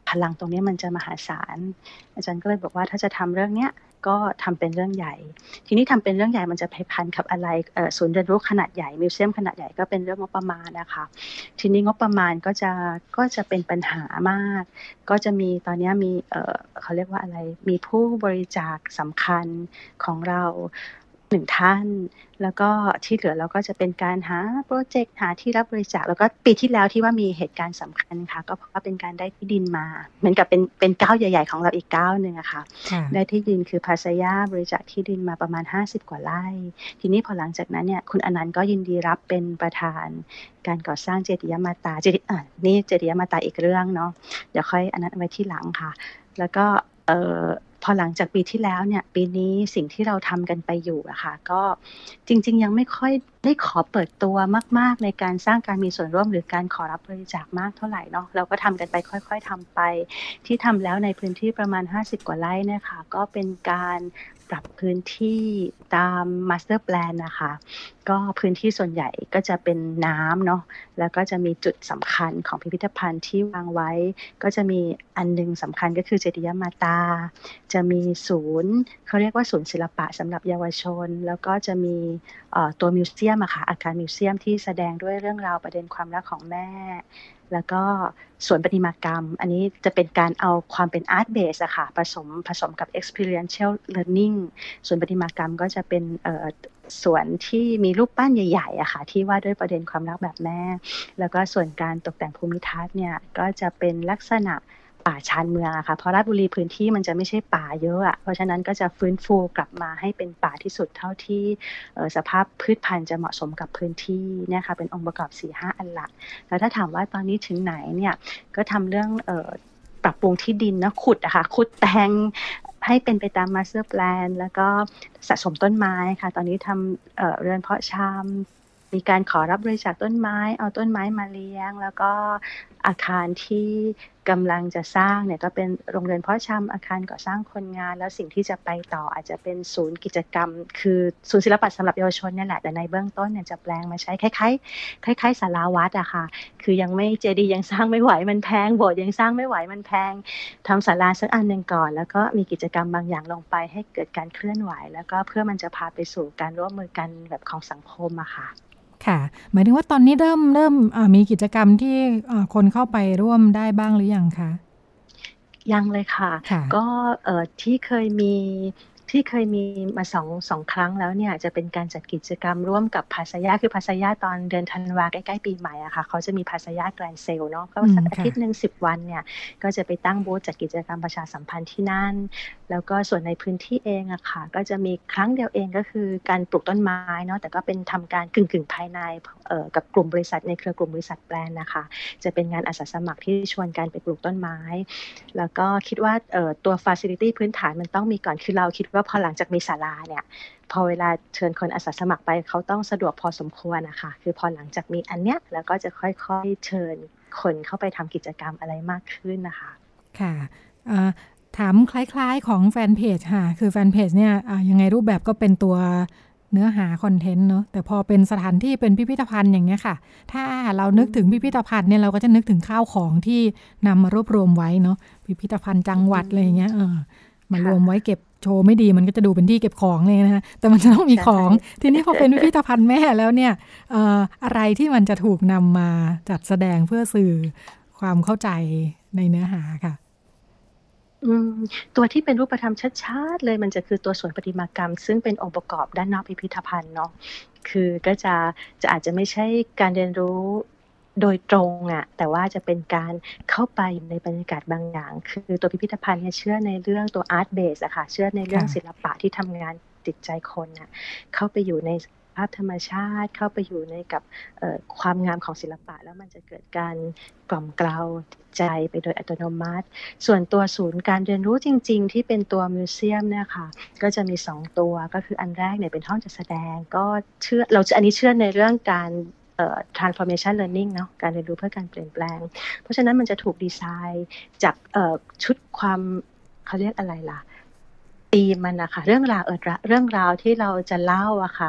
พลังตรงนี้มันจะมหาศาลอาจารย์ก็เลยบอกว่าถ้าจะทำเรื่องเนี้ยก็ทำเป็นเรื่องใหญ่ทีนี้ทำเป็นเรื่องใหญ่มันจะไปพันกับอะไรศูนย์เรียนรู้ขนาดใหญ่มิวเซียมขนาดใหญ่ก็เป็นเรื่องงบประมาณนะคะทีนี้งบประมาณก็จะเป็นปัญหามากก็จะมีตอนนี้มีเขาเรียกว่าอะไรมีผู้บริจาคสำคัญของเรา1 ท่านแล้วก็ที่เหลือเราก็จะเป็นการหาโปรเจกต์หาที่รับบริจาคแล้วก็ปีที่แล้วที่ว่ามีเหตุการณ์สำคัญค่ะก็เพราะว่าเป็นการได้ที่ดินมาเหมือนกับเป็นก้าวใหญ่ๆของเราอีกก้าวนึงอะค่ะได้ที่ดินคือภาษายาบริจาคที่ดินมาประมาณ50 กว่าไร่ทีนี้พอหลังจากนั้นเนี่ยคุณอนันต์ก็ยินดีรับเป็นประธานการก่อสร้างเจดีย์มาตานี่เจดีย์มาตาอีกเรื่องเนาะเดี๋ยวค่อยอันนั้นไว้ที่หลังค่ะแล้วก็พอหลังจากปีที่แล้วเนี่ยปีนี้สิ่งที่เราทำกันไปอยู่อะค่ะก็จริงๆยังไม่ค่อยได้ขอเปิดตัวมากๆในการสร้างการมีส่วนร่วมหรือการขอรับบริจาคมากเท่าไหร่เนาะเราก็ทำกันไปค่อยๆทำไปที่ทำแล้วในพื้นที่ประมาณ50 กว่าไร่เนี่ยค่ะก็เป็นการปรับพื้นที่ตามมาสเตอร์แพลนนะคะก็พื้นที่ส่วนใหญ่ก็จะเป็นน้ำเนาะแล้วก็จะมีจุดสำคัญของพิพิธภัณฑ์ที่วางไว้ก็จะมีอันนึงสำคัญก็คือเจดีย์มาตาจะมีศูนย์เขาเรียกว่าศูนย์ศิลปะสำหรับเยาวชนแล้วก็จะมีตัวมิวเซียมอะค่ะอาคารมิวเซียมที่แสดงด้วยเรื่องราวประเด็นความรักของแม่แล้วก็ส่วนประติมากรรมอันนี้จะเป็นการเอาความเป็นอาร์ตเบสอะค่ะผสมกับ experiential learning ส่วนประติมากรรมก็จะเป็นส่วนที่มีรูปปั้นใหญ่ๆอะค่ะที่ว่าด้วยประเด็นความรักแบบแม่แล้วก็ส่วนการตกแต่งภูมิทัศน์เนี่ยก็จะเป็นลักษณะป่าชานเมืองอะค่ะเพราะราชบุรีพื้นที่มันจะไม่ใช่ป่าเยอะอะเพราะฉะนั้นก็จะฟื้นฟูกลับมาให้เป็นป่าที่สุดเท่าที่สภาพพืชพันธุ์จะเหมาะสมกับพื้นที่เนี่ยค่ะเป็นองค์ประกอบ 4-5 อันหลักแล้วถ้าถามว่าตอนนี้ถึงไหนเนี่ยก็ทำเรื่องปรับปรุงที่ดินนะขุดอะค่ะขุดแต่งให้เป็นไปตามมาสเตอร์แพลนแล้วก็สะสมต้นไม้ค่ะตอนนี้ทำเรือนเพาะชำมีการขอรับบริจาคต้นไม้เอาต้นไม้มาเลี้ยงแล้วก็อาคารที่กำลังจะสร้างเนี่ยก็เป็นโรงเรือนเพาะชำอาคารก่อสร้างคนงานแล้วสิ่งที่จะไปต่ออาจจะเป็นศูนย์กิจกรรมคือศูนย์ศิลปะสำหรับเยาวชนเนี่ยแหละแต่ในเบื้องต้นเนี่ยจะแปลงมาใช้คล้ายศาลาวัดอะค่ะคือยังไม่เจดีย์ยังสร้างไม่ไหวมันแพงโบสถ์ยังสร้างไม่ไหวมันแพงทำศาลาสักอันนึงก่อนแล้วก็มีกิจกรรมบางอย่างลงไปให้เกิดการเคลื่อนไหวแล้วก็เพื่อมันจะพาไปสู่การร่วมมือกันแบบของสังคมอะค่ะค่ะหมายถึงว่าตอนนี้เริ่มมีกิจกรรมที่คนเข้าไปร่วมได้บ้างหรือยังคะยังเลยค่ะก็ที่เคยมีมาสองครั้งแล้วเนี่ยจะเป็นการจัดกิจกรรมร่วมกับภาษายาคือภาษายาตอนเดือนธันวาใกล้ๆปีใหม่อะค่ะเขาจะมีภาษายาแกรนด์เซลเนาะก็สักอาทิตย์นึง10 วันเนี่ยก็จะไปตั้งบูธจัดกิจกรรมประชาสัมพันธ์ที่นั่นแล้วก็ส่วนในพื้นที่เองอะค่ะก็จะมีครั้งเดียวเองก็คือการปลูกต้นไม้เนาะแต่ก็เป็นทำการกึ่งภายในกับกลุ่มบริษัทในเครือกลุ่มบริษัทแปลนนะคะจะเป็นงานอาสาสมัครที่ชวนกันไปปลูกต้นไม้แล้วก็คิดว่าตัว facility พื้นฐานมันต้องมีก่อนคือเราคิดว่าพอหลังจากมีศาลาเนี่ยพอเวลาเชิญคนอาสาสมัครไปเขาต้องสะดวกพอสมควรนะคะคือพอหลังจากมีอันเนี้ยแล้วก็จะค่อยๆเชิญคนเข้าไปทำกิจกรรมอะไรมากขึ้นนะคะค่ะถามคล้ายๆของแฟนเพจค่ะคือแฟนเพจเนี่ยยังไงรูปแบบก็เป็นตัวเนื้อหาคอนเทนต์เนาะแต่พอเป็นสถานที่เป็นพิพิธภัณฑ์อย่างเงี้ยค่ะถ้าเรานึกถึงพิพิธภัณฑ์เนี่ยเราก็จะนึกถึงข้าวของที่นำมารวบรวมไว้เนาะพิพิธภัณฑ์จังหวัดอะไรอย่างเงี้ยมารวมไว้เก็บโชว์ไม่ดีมันก็จะดูเป็นที่เก็บของเลยนะคะแต่มันจะต้องมีของทีนี้พอเป็นพิพิธภัณฑ์แม่แล้วเนี่ยอะไรที่มันจะถูกนำมาจัดแสดงเพื่อสื่อความเข้าใจในเนื้อหาค่ะตัวที่เป็นรูปธรรมชัดๆเลยมันจะคือตัวส่วนประติมากรรมซึ่งเป็นองค์ประกอบด้านนอกพิพิธภัณฑ์เนาะคือก็จะอาจจะไม่ใช่การเรียนรู้โดยตรงอ่ะแต่ว่าจะเป็นการเข้าไปในบรรยากาศบางอย่างคือตัวพิพิธภัณฑ์เนี่ยเชื่อในเรื่องตัวอาร์ตเบสอะค่ะเชื่อในเรื่องศิลปะที่ทำงานจิตใจคนน่ะเข้าไปอยู่ในภาพธรรมชาติเข้าไปอยู่ในกับความงามของศิลปะแล้วมันจะเกิดการกล่อมเกลาใจไปโดยอัตโนมัติส่วนตัวศูนย์การเรียนรู้จริงๆที่เป็นตัวมิวเซียมเนี่ยค่ะก็จะมี2ตัวก็คืออันแรกเนี่ยเป็นห้องจัดแสดงก็อันนี้เชื่อในเรื่องการtransformation learning เนาะการเรียนรู้เพื่อการเปลี่ยนแปลงเพราะฉะนั้นมันจะถูกดีไซน์จากชุดความเขาเรียกอะไรล่ะธีมมันนะคะเรื่องราวที่เราจะเล่าอะค่ะ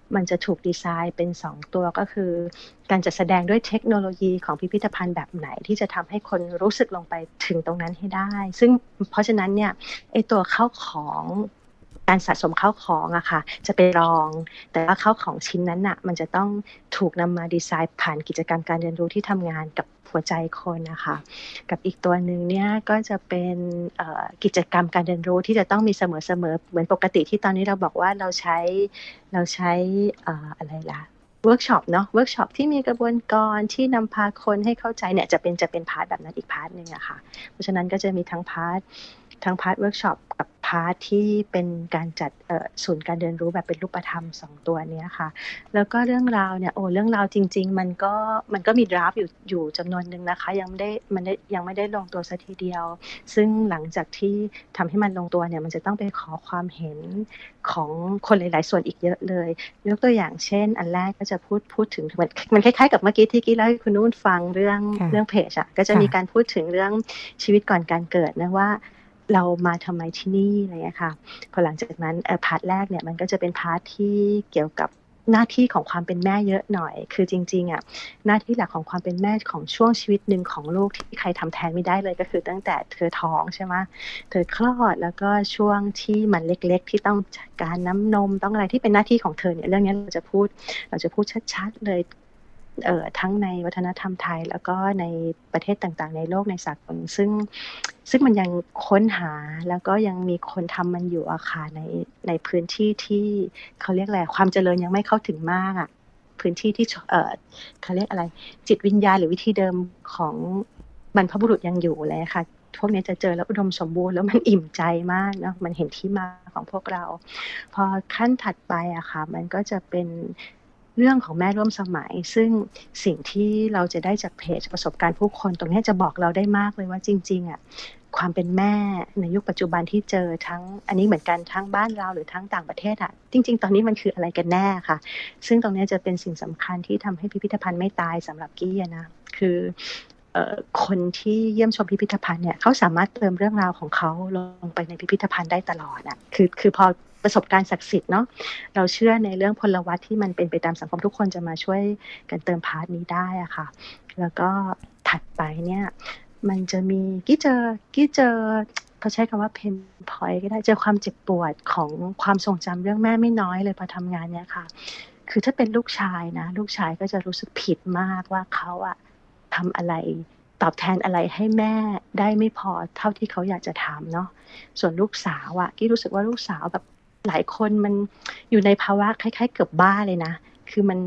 มันจะถูกดีไซน์เป็น2ตัวก็คือการจัดแสดงด้วยเทคโนโลยีของพิพิธภัณฑ์แบบไหนที่จะทำให้คนรู้สึกลงไปถึงตรงนั้นให้ได้ซึ่งเพราะฉะนั้นเนี่ยไอ้ตัวข้าวของการสะสมข้าวของอะค่ะจะเป็นรองแต่ว่าข้าวของชิ้นนั้นอะมันจะต้องถูกนำมาดีไซน์ผ่านกิจกรรมการเรียนรู้ที่ทำงานกับหัวใจคนนะคะกับอีกตัวหนึ่งเนี่ยก็จะเป็นกิจกรรมการเรียนรู้ที่จะต้องมีเสมอเหมือนปกติที่ตอนนี้เราบอกว่าเราใช้อะไรล่ะเวิร์กช็อปเนาะเวิร์กช็อปที่มีกระบวนการที่นำพาคนให้เข้าใจเนี่ยจะเป็นพาร์ทแบบนั้นอีกพาร์ทนึงอะค่ะเพราะฉะนั้นก็จะมีทั้งพาร์ทเวิร์กช็อปกับพาร์ทที่เป็นการจัดศูนย์การเรียนรู้แบบเป็นรูปธรรม2ตัวนี้ค่ะแล้วก็เรื่องราวเนี่ยเรื่องราวจริงๆมันก็มีดราฟต์อยู่จำนวนนึงนะคะยังไม่ได้ลงตัวซะทีเดียวซึ่งหลังจากที่ทำให้มันลงตัวเนี่ยมันจะต้องไปขอความเห็นของคนหลายๆส่วนอีกเยอะเลยยกตัวอย่างเช่นอันแรกก็จะพูดถึงมันคล้ายๆกับเมื่อกี้ที่กี้เล่าให้คุณนุ่นฟังเรื่องเพจอ่ะก็จะมีการพูดถึงเรื่องชีวิตก่อนการเกิดนะว่าเรามาทำไมที่นี่อะไรอย่างเงี้ยค่ะพอหลังจากนั้นพาร์ทแรกเนี่ยมันก็จะเป็นพาร์ทที่เกี่ยวกับหน้าที่ของความเป็นแม่เยอะหน่อยคือจริงๆอ่ะหน้าที่หลักของความเป็นแม่ของช่วงชีวิตหนึ่งของลูกที่ใครทำแทนไม่ได้เลยก็คือตั้งแต่เธอท้องใช่ไหมเธอคลอดแล้วก็ช่วงที่มันเล็กๆที่ต้องจัดการน้ำนมต้องอะไรที่เป็นหน้าที่ของเธอเนี่ยเรื่องนี้เราจะพูดชัดๆเลยทั้งในวัฒนธรรมไทยแล้วก็ในประเทศต่างๆในโลกในสากลซึ่งมันยังค้นหาแล้วก็ยังมีคนทำมันอยู่อะค่ะในพื้นที่ที่เขาเรียกอะไรความเจริญยังไม่เข้าถึงมากอะพื้นที่ที่เขาเรียกอะไรจิตวิญญาณหรือวิธีเดิมของบรรพบุรุษยังอยู่เลยค่ะพวกนี้จะเจอแล้วอุดมสมบูรณ์แล้วมันอิ่มใจมากเนาะมันเห็นที่มาของพวกเราพอขั้นถัดไปอะค่ะมันก็จะเป็นเรื่องของแม่ร่วมสมัยซึ่งสิ่งที่เราจะได้จากเพจประสบการณ์ผู้คนตรงนี้จะบอกเราได้มากเลยว่าจริงๆอ่ะความเป็นแม่ในยุคปัจจุบันที่เจอทั้งอันนี้เหมือนกันทั้งบ้านเราหรือทั้งต่างประเทศอ่ะจริงๆตอนนี้มันคืออะไรกันแน่ค่ะซึ่งตรงนี้จะเป็นสิ่งสำคัญที่ทำให้พิพิธภัณฑ์ไม่ตายสำหรับกี้นะคือคนที่เยี่ยมชมพิพิธภัณฑ์เนี่ยเขาสามารถเติมเรื่องราวของเขาลงไปในพิพิธภัณฑ์ได้ตลอดอ่ะคือพอประสบการณ์ศักดิ์สิทธิ์เนาะเราเชื่อในเรื่องพลวัตที่มันเป็นไปตามสังคมทุกคนจะมาช่วยกันเติมพาร์ทนี้ได้อะค่ะแล้วก็ถัดไปเนี่ยมันจะมีกี้เจอเขาใช้คำว่าเพนพอยต์ก็ได้เจอความเจ็บปวดของความทรงจำเรื่องแม่ไม่น้อยเลยพอทำงานเนี่ยค่ะคือถ้าเป็นลูกชายนะลูกชายก็จะรู้สึกผิดมากว่าเขาอะทำอะไรตอบแทนอะไรให้แม่ได้ไม่พอเท่าที่เขาอยากจะทำเนาะส่วนลูกสาวอะกี้รู้สึกว่าลูกสาวแบบหลายคนมันอยู่ในภาวะคล้ายๆเกือบบ้าเลยนะคือมัน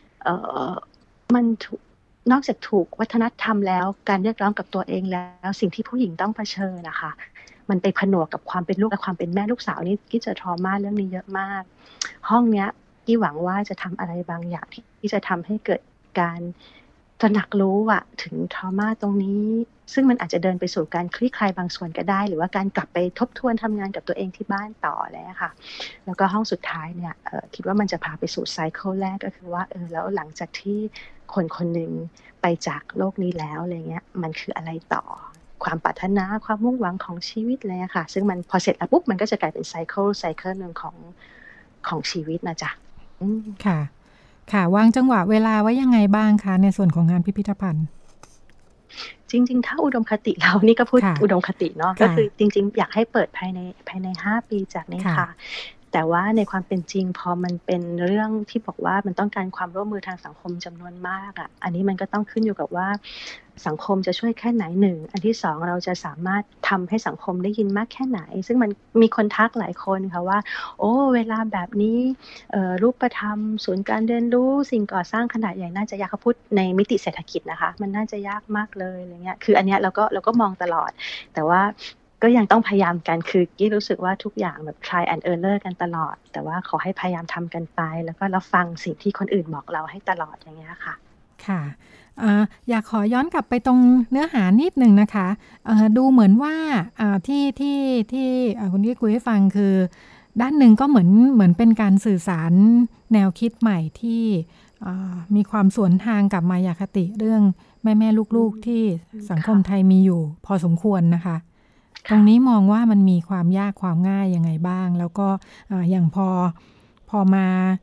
นอกจากถูกวัฒนธรรมแล้วการเรียกร้องกับตัวเองแล้วสิ่งที่ผู้หญิงต้องเผชิญนะคะมันไปผนวกกับความเป็นลูกและความเป็นแม่ลูกสาวนี่กี้เจอทรมาเรื่องนี้เยอะมากห้องเนี้ยกี้หวังว่าจะทำอะไรบางอย่างที่จะทำให้เกิดการตระหนักรู้อะถึงทรมาตรงนี้ซึ่งมันอาจจะเดินไปสู่การคลี่คลายบางส่วนก็ได้หรือว่าการกลับไปทบทวนทำงานกับตัวเองที่บ้านต่อเลยค่ะแล้วก็ห้องสุดท้ายเนี่ยคิดว่ามันจะพาไปสู่ไซเคิลแรกก็คือว่าแล้วหลังจากที่คนหนึ่งไปจากโลกนี้แล้วอะไรเงี้ยมันคืออะไรต่อความปรารถนาความมุ่งหวังของชีวิตเลยค่ะซึ่งมันพอเสร็จแล้วปุ๊บมันก็จะกลายเป็นไซเคิลนึงของชีวิตนะจ๊ะค่ะวางจังหวะเวลาไว้ยังไงบ้างคะในส่วนของงานพิพิธภัณฑ์จริงๆถ้าอุดมคติเรานี่ก็พูดอุดมคติเนาะก็คือจริงๆอยากให้เปิดภายใน5 ปีจากนี้ค่ะแต่ว่าในความเป็นจริงพอมันเป็นเรื่องที่บอกว่ามันต้องการความร่วมมือทางสังคมจำนวนมากอ่ะอันนี้มันก็ต้องขึ้นอยู่กับว่าสังคมจะช่วยแค่ไหน1อันที่2เราจะสามารถทำให้สังคมได้ยินมากแค่ไหนซึ่งมันมีคนทักหลายคนค่ะว่าโอ้เวลาแบบนี้รูปธรรมศูนย์การเรียนรู้สิ่งก่อสร้างขนาดใหญ่น่าจะยากเขาพูดในมิติเศรษฐกิจนะคะมันน่าจะยากมากเลยอะไรเงี้ยคืออันเนี้ยเราก็มองตลอดแต่ว่าก็ยังต้องพยายามกันคือกี้รู้สึกว่าทุกอย่างแบบ try and error กันตลอดแต่ว่าขอให้พยายามทำกันไปแล้วก็รับฟังสิ่งที่คนอื่นบอกเราให้ตลอดอย่างเงี้ยค่ะค่ะอยากขอย้อนกลับไปตรงเนื้อหานิดนึงนะคะดูเหมือนว่าที่คุณที่คุยให้ฟังคือด้านหนึ่งก็เหมือนเป็นการสื่อสารแนวคิดใหม่ที่มีความสวนทางกับมายาคติเรื่องแม่ลูกๆที่สังคมไทยมีอยู่พอสมควรนะคะตรงนี้มองว่ามันมีความยากความง่ายยังไงบ้างแล้วก็อย่างพอ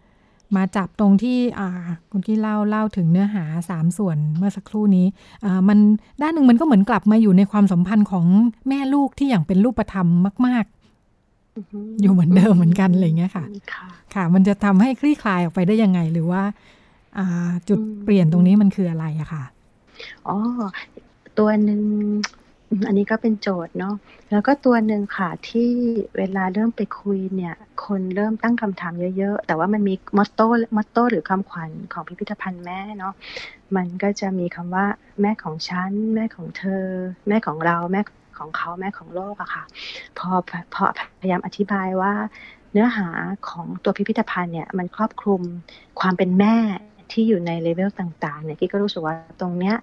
มาจับตรงที่คุณกี้เล่าถึงเนื้อหา3ส่วนเมื่อสักครู่นี้มันด้านหนึ่งมันก็เหมือนกลับมาอยู่ในความสัมพันธ์ของแม่ลูกที่อย่างเป็นรูปธรรมมากๆอยู่เหมือนเดิมเหมือนกันอะไรเงี้ยค่ะค่ะมันจะทำให้คลี่คลายออกไปได้ยังไงหรือว่าจุดเปลี่ยนตรงนี้มันคืออะไรอะค่ะตัวหนึ่งอันนี้ก็เป็นโจทย์เนาะแล้วก็ตัวหนึ่งค่ะที่เวลาเริ่มไปคุยเนี่ยคนเริ่มตั้งคำถามเยอะๆแต่ว่ามันมีมอตโต้หรือคำขวัญของพิพิธภัณฑ์แม่เนาะมันก็จะมีคำว่าแม่ของฉันแม่ของเธอแม่ของเราแม่ของเขาแม่ของโลกอะค่ะพอพยายามอธิบายว่าเนื้อหาของตัวพิพิธภัณฑ์เนี่ยมันครอบคลุมความเป็นแม่ที่อยู่ในเลเวลต่างๆเนี่ยกี้ก็รู้สึกว่าตรงเนี้ย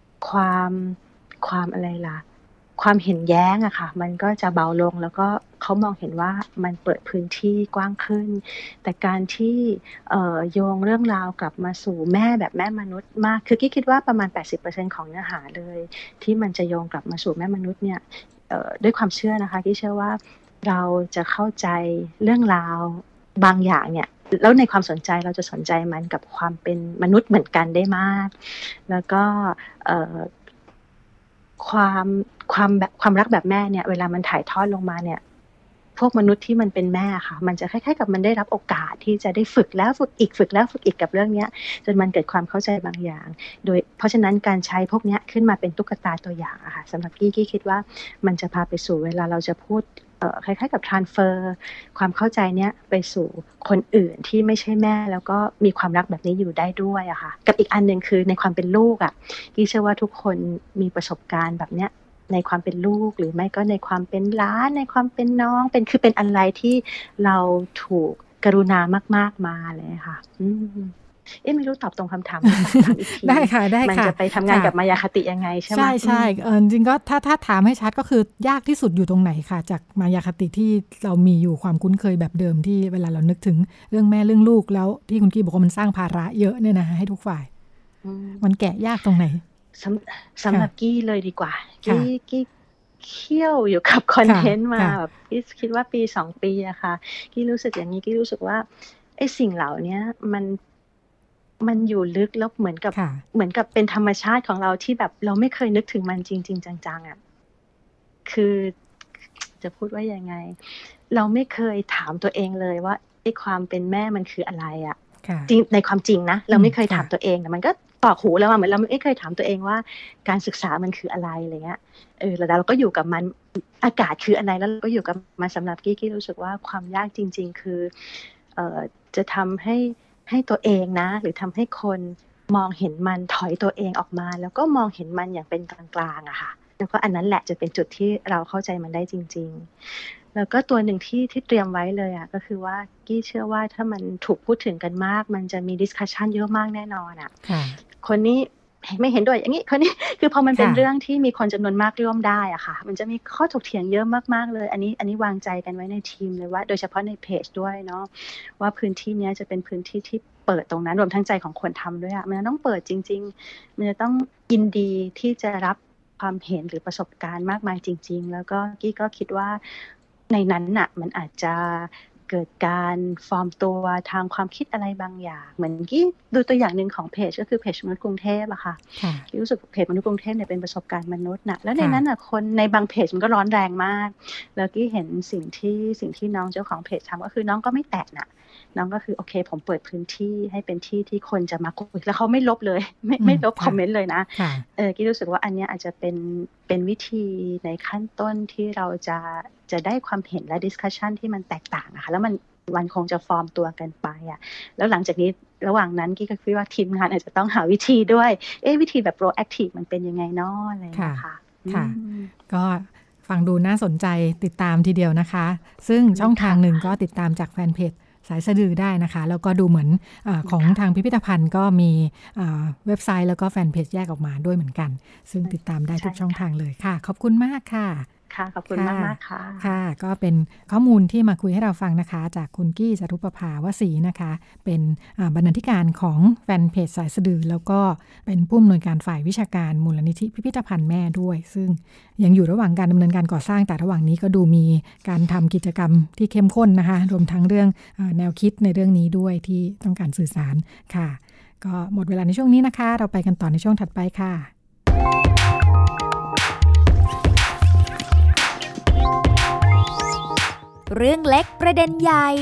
ความอะไรล่ะความเห็นแย้งอะค่ะมันก็จะเบาลงแล้วก็เขามองเห็นว่ามันเปิดพื้นที่กว้างขึ้นแต่การที่โยงเรื่องราวกลับมาสู่แม่แบบแม่มนุษย์มากคือกี้คิดว่าประมาณ 80% ของเนื้อหาเลยที่มันจะโยงกลับมาสู่แม่มนุษย์เนี่ยด้วยความเชื่อนะคะกี้เชื่อว่าเราจะเข้าใจเรื่องราวบางอย่างเนี่ยแล้วในความสนใจเราจะสนใจมันกับความเป็นมนุษย์เหมือนกันได้มากแล้วก็ความรักแบบแม่เนี่ยเวลามันถ่ายทอดลงมาเนี่ยพวกมนุษย์ที่มันเป็นแม่ค่ะมันจะคล้ายๆกับมันได้รับโอกาสที่จะได้ฝึกแล้วฝึกอีกกับเรื่องนี้จนมันเกิดความเข้าใจบางอย่างโดยเพราะฉะนั้นการใช้พวกนี้ขึ้นมาเป็นตุ๊กตาตัวอย่างอะค่ะสำหรับกี้คิดว่ามันจะพาไปสู่เวลาเราจะพูดคล้ายๆกับ transfer ความเข้าใจเนี้ยไปสู่คนอื่นที่ไม่ใช่แม่แล้วก็มีความรักแบบนี้อยู่ได้ด้วยอะค่ะกับอีกอันนึงคือในความเป็นลูกอะกี้เชื่อว่าทุกคนมีประสบการณ์แบบเนี้ยในความเป็นลูกหรือไม่ก็ในความเป็นหลานในความเป็นน้องเป็นอะไรที่เราถูกกรุณามากๆมาเลยค่ะไม่รู้ตอบตรงคำถามได้ค่ะมันจะไปทำงานกับมายาคติยังไงใช่ไหมใช่จริงก็ถ้าถามให้ชัดก็คือยากที่สุดอยู่ตรงไหนค่ะจากมายาคติที่เรามีอยู่ความคุ้นเคยแบบเดิมที่เวลาเรานึกถึงเรื่องแม่เรื่องลูกแล้วที่คุณกี้บอกว่ามันสร้างภาระเยอะเนี่ยนะให้ทุกฝ่ายมันแกะยากตรงไหนสำหรับกี้เลยดีกว่ากี้เคี่ยวอยู่กับคอนเทนต์มาแบบกี้คิดว่าปี2ปีอะค่ะกี้รู้สึกอย่างนี้กี้รู้สึกว่าไอ้สิ่งเหล่านี้มันอยู่ลึกแล้วเหมือนกับเป็นธรรมชาติของเราที่แบบเราไม่เคยนึกถึงมันจริงๆจังๆอ่ะคือจะพูดว่ายังไงเราไม่เคยถามตัวเองเลยว่าไอ้ความเป็นแม่มันคืออะไรอ่ะจริงในความจริงนะเราไม่เคยถามตัวเองแต่มันก็ตอกหูแล้วเหมือนเราไม่เคยถามตัวเองว่าการศึกษามันคืออะไรอะไรเงี้ยแล้วเราก็อยู่กับมันอากาศคืออะไรแล้วเราก็อยู่กับมันสำหรับกี้รู้สึกว่าความยากจริงๆคือจะทำให้ตัวเองนะหรือทำให้คนมองเห็นมันถอยตัวเองออกมาแล้วก็มองเห็นมันอย่างเป็นกลางๆอะค่ะแล้วก็อันนั้นแหละจะเป็นจุดที่เราเข้าใจมันได้จริงๆแล้วก็ตัวหนึ่งที่เตรียมไว้เลยอะก็คือว่ากี้เชื่อว่าถ้ามันถูกพูดถึงกันมากมันจะมีดิสคัชชันเยอะมากแน่นอนอะคนนี้ไม่เห็นด้วยอย่างนี้คนนี้คือพอมันเป็นเรื่องที่มีคนจำนวนมากร่วมได้อะค่ะมันจะมีข้อถกเถียงเยอะมากๆเลยอันนี้วางใจกันไว้ในทีมเลยว่าโดยเฉพาะในเพจด้วยเนาะว่าพื้นที่นี้จะเป็นพื้นที่ที่เปิดตรงนั้นรวมทั้งใจของคนทำด้วยอะมันต้องเปิดจริงๆมันจะต้องยินดีที่จะรับความเห็นหรือประสบการณ์มากมายจริงๆแล้วก็กี้ก็คิดว่าในนั้นน่ะมันอาจจะเกิดการฟอร์มตัวทางความคิดอะไรบางอย่างเหมือนกี้ดูตัวอย่างหนึ่งของเพจก็คือเพจมนุษย์กรุงเทพอะค่ะที่รู้สึกเพจมนุษย์กรุงเทพเนี่ยเป็นประสบการณ์มนุษย์นะแล้วในนั้นอะคนในบางเพจมันก็ร้อนแรงมากแล้วกี้เห็นสิ่งที่น้องเจ้าของเพจทำก็คือน้องก็ไม่แตะน่ะน้องก็คือโอเคผมเปิดพื้นที่ให้เป็นที่คนจะมาคุยแล้วเขาไม่ลบเลยไม่ลบคอมเมนต์เลยนะกี้รู้สึกว่าอันนี้อาจจะเป็นวิธีในขั้นต้นที่เราจะได้ความเห็นและดิสคัชชันที่มันแตกต่างนะคะแล้วมันคงจะฟอร์มตัวกันไปอ่ะแล้วหลังจากนี้ระหว่างนั้นกี้ก็คิดว่าทีมงานอาจจะต้องหาวิธีด้วยวิธีแบบ proactive มันเป็นยังไงเนาะอะไรนะคะค่ะก็ฟังดูน่าสนใจติดตามทีเดียวนะคะซึ่งช่องทางหนึ่งก็ติดตามจากแฟนเพจสายสะดือได้นะคะแล้วก็ดูเหมือนของทางพิพิธภัณฑ์ก็มีเว็บไซต์แล้วก็แฟนเพจแยกออกมาด้วยเหมือนกันซึ่งติดตามได้ทุกช่องทางเลยค่ะขอบคุณมากค่ะค่ะขอบคุณมากค่ะค่ะก็เป็นข้อมูลที่มาคุยให้เราฟังนะคะจากคุณกี้จารุปภาวสีนะคะเป็นบรรณาธิการของแฟนเพจสายสะดือแล้วก็เป็นผู้อำนวยการฝ่ายวิชาการมูลนิธิพิพิธภัณฑ์แม่ด้วยซึ่งยังอยู่ระหว่างการดำเนินการก่อสร้างแต่ระหว่างนี้ก็ดูมีการทำกิจกรรมที่เข้มข้นนะคะรวมทั้งเรื่องแนวคิดในเรื่องนี้ด้วยที่ต้องการสื่อสารค่ะก็หมดเวลาในช่วงนี้นะคะเราไปกันต่อในช่วงถัดไปค่ะเรื่องเล็กประเด็นใหญ่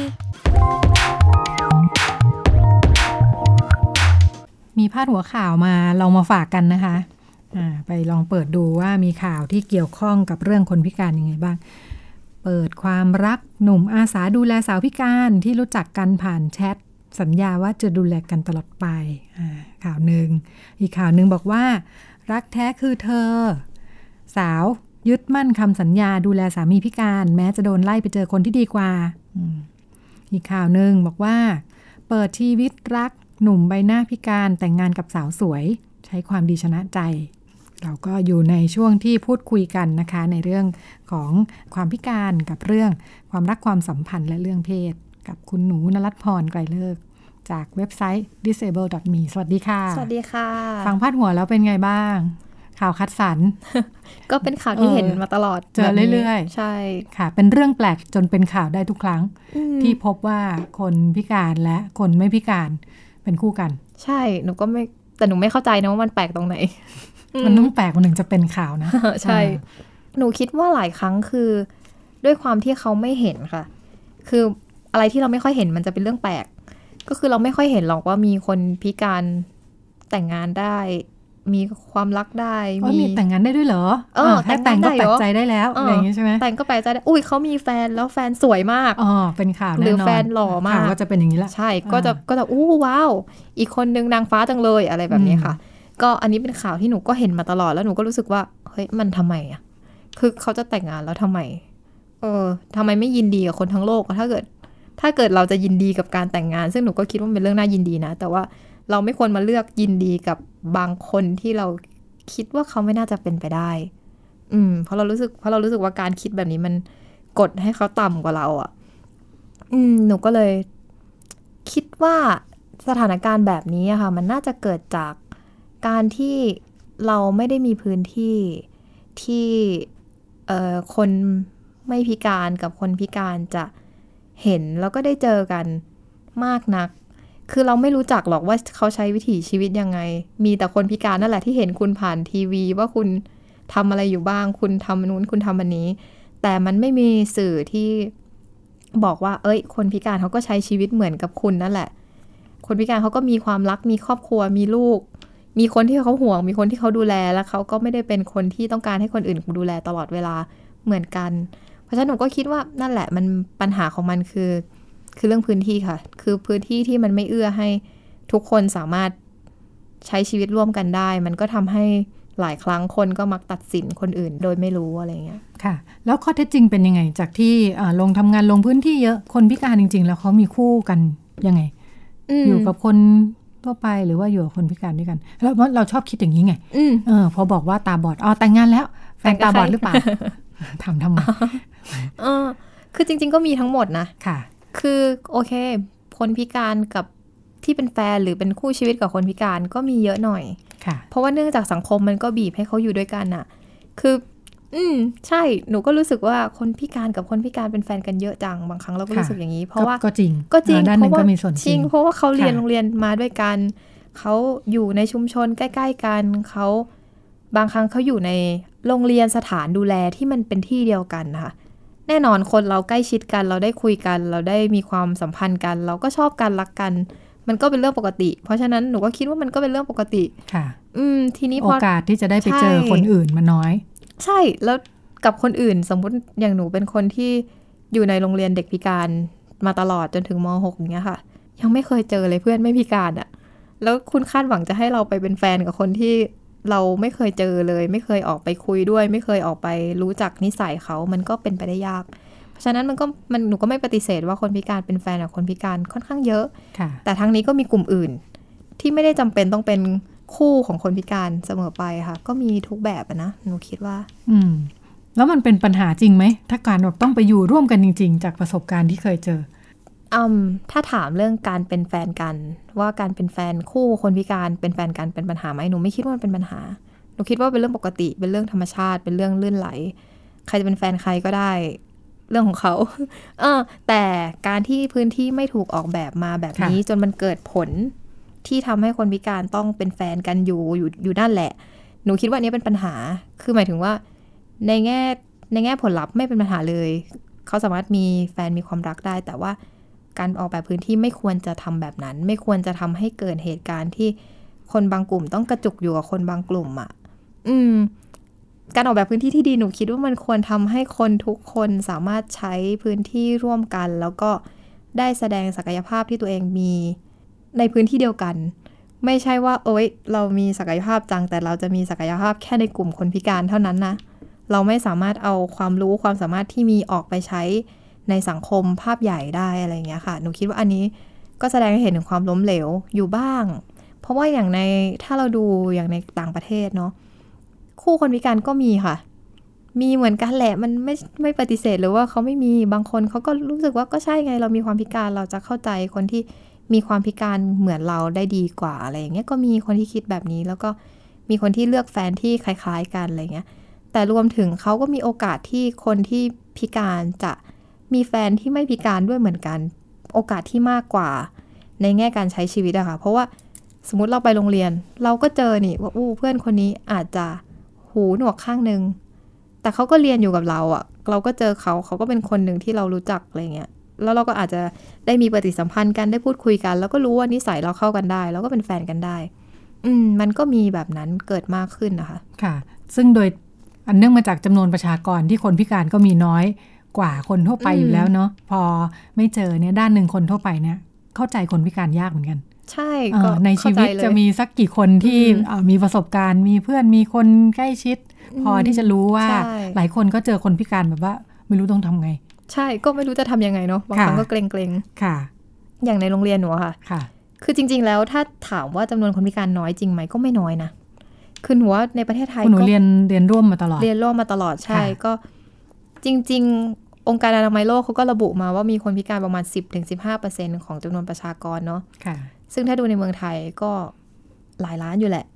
มีพาดหัวข่าวมาลองมาฝากกันนะคะไปลองเปิดดูว่ามีข่าวที่เกี่ยวข้องกับเรื่องคนพิการยังไงบ้างเปิดความรักหนุ่มอาสาดูแลสาวพิการที่รู้จักกันผ่านแชทสัญญาว่าจะดูแลกันตลอดไปข่าวหนึ่งอีกข่าวหนึ่งบอกว่ารักแท้คือเธอสาวยึดมั่นคำสัญญาดูแลสามีพิการแม้จะโดนไล่ไปเจอคนที่ดีกว่าอีกข่าวหนึ่งบอกว่าเปิดชีวิตรักหนุ่มใบหน้าพิการแต่งงานกับสาวสวยใช้ความดีชนะใจเราก็อยู่ในช่วงที่พูดคุยกันนะคะในเรื่องของความพิการกับเรื่องความรักความสัมพันธ์และเรื่องเพศกับคุณหนูณรัตน์พรไกรเลิกจากเว็บไซต์ disable.me สวัสดีค่ะสวัสดีค่ะฟังพาดหัวแล้วเป็นไงบ้างข่าวคัดสรรก็เป็นข่าวที่เห็นมาตลอดเจอเรื่อยๆใช่ค่ะเป็นเรื่องแปลกจนเป็นข่าวได้ทุกครั้งที่พบว่าคนพิการและคนไม่พิการเป็นคู่กันใช่หนูก็ไม่แต่หนูไม่เข้าใจนะว่ามันแปลกตรงไหนมันต้องแปลกมันถึงจะเป็นข่าวนะใช่หนูคิดว่าหลายครั้งคือด้วยความที่เขาไม่เห็นค่ะคืออะไรที่เราไม่ค่อยเห็นมันจะเป็นเรื่องแปลกก็คือเราไม่ค่อยเห็นหรอกว่ามีคนพิการแต่งงานได้มีความรักได้มีแต่งงานได้ด้วยเหรอแค่แต่งก็แปลกใจได้แล้วอะไรอย่างงี้ใช่ไหมแต่งก็แปลกใจได้อุ้ยเขามีแฟนแล้วแฟนสวยมากเป็นข่าวแน่นอนหรือแฟนหล่อมากก็จะเป็นอย่างนี้แหละใช่ก็จะอู้ว้าวอีกคนนึงนางฟ้าจังเลยอะไรแบบนี้ค่ะก็อันนี้เป็นข่าวที่หนูก็เห็นมาตลอดแล้วหนูก็รู้สึกว่าเฮ้ยมันทำไมอ่ะคือเขาจะแต่งงานแล้วทำไมทำไมไม่ยินดีกับคนทั้งโลกถ้าเกิดเราจะยินดีกับการแต่งงานซึ่งหนูก็คิดว่าเป็นเรื่องน่ายินดีนะแต่ว่าเราไม่ควรมาเลือกยินดีกับบางคนที่เราคิดว่าเขาไม่น่าจะเป็นไปได้เพราะเรารู้สึกว่าการคิดแบบนี้มันกดให้เขาต่ำกว่าเราอ่ะหนูก็เลยคิดว่าสถานการณ์แบบนี้ค่ะมันน่าจะเกิดจากการที่เราไม่ได้มีพื้นที่ที่คนไม่พิการกับคนพิการจะเห็นแล้วก็ได้เจอกันมากนักคือเราไม่รู้จักหรอกว่าเขาใช้วิถีชีวิตยังไงมีแต่คนพิการนั่นแหละที่เห็นคุณผ่านทีวีว่าคุณทำอะไรอยู่บ้างคุณทำนู้นคุณทำอันนี้แต่มันไม่มีสื่อที่บอกว่าคนพิการเขาก็ใช้ชีวิตเหมือนกับคุณนั่นแหละคนพิการเขาก็มีความรักมีครอบครัวมีลูกมีคนที่เขาห่วงมีคนที่เขาดูแลแล้วเขาก็ไม่ได้เป็นคนที่ต้องการให้คนอื่นดูแลตลอดเวลาเหมือนกันเพราะฉะนั้นหนูก็คิดว่านั่นแหละมันปัญหาของมันคือเรื่องพื้นที่ค่ะคือพื้นที่ที่มันไม่เอื้อให้ทุกคนสามารถใช้ชีวิตร่วมกันได้มันก็ทำให้หลายครั้งคนก็มักตัดสินคนอื่นโดยไม่รู้อะไรเงี้ยค่ะแล้วข้อเท็จจริงเป็นยังไงจากที่ลงทำงานลงพื้นที่เยอะคนพิการจริงๆแล้วเขามีคู่กันยังไง อยู่กับคนทั่วไปหรือว่าอยู่กับคนพิการด้วยกันแล้วเราชอบคิดอย่างนี้ไงพอบอกว่าตาบอดแต่งงานแล้วแฟนตาบอดหรือเปล่าถามทำไมคือจริงๆก็มีทั้งหมดนะค่ะคือโอเคคนพิการกับที่เป็นแฟนหรือเป็นคู่ชีวิตกับคนพิการก็มีเยอะหน่อยค่ะเพราะว่าเนื่องจากสังคมมันก็บีบให้เขาอยู่ด้วยกันน่ะคือใช่หนูก็รู้สึกว่าคนพิการกับคนพิการเป็นแฟนกันเยอะจังบางครั้งเราก็รู้สึกอย่างนี้เพราะว่าก็จริงด้านนึงก็มีส่วนจริงเพราะว่าเขาเรียนโรงเรียนมาด้วยกันเขาอยู่ในชุมชนใกล้ๆกันเขาบางครั้งเขาอยู่ในโรงเรียนสถานดูแลที่มันเป็นที่เดียวกันนะคะแน่นอนคนเราใกล้ชิดกันเราได้คุยกันเราได้มีความสัมพันธ์กันเราก็ชอบกันรักกันมันก็เป็นเรื่องปกติเพราะฉะนั้นหนูก็คิดว่ามันก็เป็นเรื่องปกติค่ะทีนี้โอกาสที่จะได้ไปเจอคนอื่นมันน้อยใช่แล้วกับคนอื่นสมมุติอย่างหนูเป็นคนที่อยู่ในโรงเรียนเด็กพิการมาตลอดจนถึงม.6 อย่างเงี้ยค่ะยังไม่เคยเจอเลยเพื่อนไม่พิการอ่ะแล้วคุณคาดหวังจะให้เราไปเป็นแฟนกับคนที่เราไม่เคยเจอเลยไม่เคยออกไปคุยด้วยไม่เคยออกไปรู้จักนิสัยเขามันก็เป็นไปได้ยากเพราะฉะนั้นหนูก็ไม่ปฏิเสธว่าคนพิการเป็นแฟนกับคนพิการค่อนข้างเยอะแต่ทั้งนี้ก็มีกลุ่มอื่นที่ไม่ได้จำเป็นต้องเป็นคู่ของคนพิการเสมอไปค่ะก็มีทุกแบบนะหนูคิดว่าแล้วมันเป็นปัญหาจริงไหมถ้าการแบบต้องไปอยู่ร่วมกันจริงๆจากประสบการณ์ที่เคยเจอถ้าถามเรื่องการเป็นแฟนกันว่าการเป็นแฟนคู่คนพิการเป็นแฟนกันเป็นปัญหาไหมหนูไม่คิดว่ามันเป็นปัญหาหนูคิดว่าเป็นเรื่องปกติเป็นเรื่องธรรมชาติเป็นเรื่องลื่นไหลใครจะเป็นแฟนใครก็ได้เรื่องของเขาแต่การที่พื้นที่ไม่ถูกออกแบบมาแบบนี้จนมันเกิดผลที่ทำให้คนพิการต้องเป็นแฟนกันอยู่นั่นแหละหนูคิดว่านี้เป็นปัญหาคือหมายถึงว่าในแง่ผลลัพธ์ไม่เป็นปัญหาเลยเขาสามารถมีแฟนมีความรักได้แต่ว่าการออกแบบพื้นที่ไม่ควรจะทำแบบนั้นไม่ควรจะทำให้เกิดเหตุการณ์ที่คนบางกลุ่มต้องกระจุกอยู่กับคนบางกลุ่มการออกแบบพื้นที่ที่ดีหนูคิดว่ามันควรทำให้คนทุกคนสามารถใช้พื้นที่ร่วมกันแล้วก็ได้แสดงศักยภาพที่ตัวเองมีในพื้นที่เดียวกันไม่ใช่ว่าเรามีศักยภาพจังแต่เราจะมีศักยภาพแค่ในกลุ่มคนพิการเท่านั้นนะเราไม่สามารถเอาความรู้ความสามารถที่มีออกไปใช้ในสังคมภาพใหญ่ได้อะไรอย่างเงี้ยค่ะหนูคิดว่าอันนี้ก็แสดงให้เห็นถึงความล้มเหลวอยู่บ้างเพราะว่าอย่างในถ้าเราดูอย่างในต่างประเทศเนาะคู่คนพิการก็มีค่ะมีเหมือนกันแหละมันไม่ปฏิเสธเลยว่าเขาไม่มีบางคนเขาก็รู้สึกว่าก็ใช่ไงเรามีความพิการเราจะเข้าใจคนที่มีความพิการเหมือนเราได้ดีกว่าอะไรอย่างเงี้ยก็มีคนที่คิดแบบนี้แล้วก็มีคนที่เลือกแฟนที่คล้ายๆกันอะไรเงี้ยแต่รวมถึงเขาก็มีโอกาสที่คนที่พิการจะมีแฟนที่ไม่พิการด้วยเหมือนกันโอกาสที่มากกว่าในแง่การใช้ชีวิตอะค่ะเพราะว่าสมมติเราไปโรงเรียนเราก็เจอนี่ว่าเพื่อนคนนี้อาจจะหูหนวกข้างนึงแต่เขาก็เรียนอยู่กับเราอะเราก็เจอเขาก็เป็นคนหนึ่งที่เรารู้จักอะไรเงี้ยแล้วเราก็อาจจะได้มีปฏิสัมพันธ์กันได้พูดคุยกันแล้วก็รู้ว่านิสัยเราเข้ากันได้แล้วก็เป็นแฟนกันได้มันก็มีแบบนั้นเกิดมากขึ้นนะคะค่ะซึ่งโดยอันเนื่องมาจากจำนวนประชากรที่คนพิการก็มีน้อยกว่าคนทั่วไปอยู่แล้วเนาะพอไม่เจอเนี่ยด้านหนึ่งคนทั่วไปเนี่ยเข้าใจคนพิการยากเหมือนกันใช่ในชีวิตจะมีสักกี่คนที่มีประสบการณ์มีเพื่อนมีคนใกล้ชิดพอที่จะรู้ว่าหลายคนก็เจอคนพิการแบบว่าไม่รู้ต้องทำไงใช่ก็ไม่รู้จะทำยังไงเนาะบางครั้งก็เกรงๆค่ะอย่างในโรงเรียนหนูค่ะคือจริงๆแล้วถ้าถามว่าจำนวนคนพิการน้อยจริงไหมก็ไม่น้อยนะคือหนูว่าในประเทศไทยหนูเรียนร่วมมาตลอดใช่ก็จริงๆองค์การอนามัยโลกเขาก็ระบุมาว่ามีคนพิการประมาณ 10-15% ของจำนวนประชากรเนาะซึ่งถ้าดูในเมืองไทยก็หลายล้านอยู่แหละ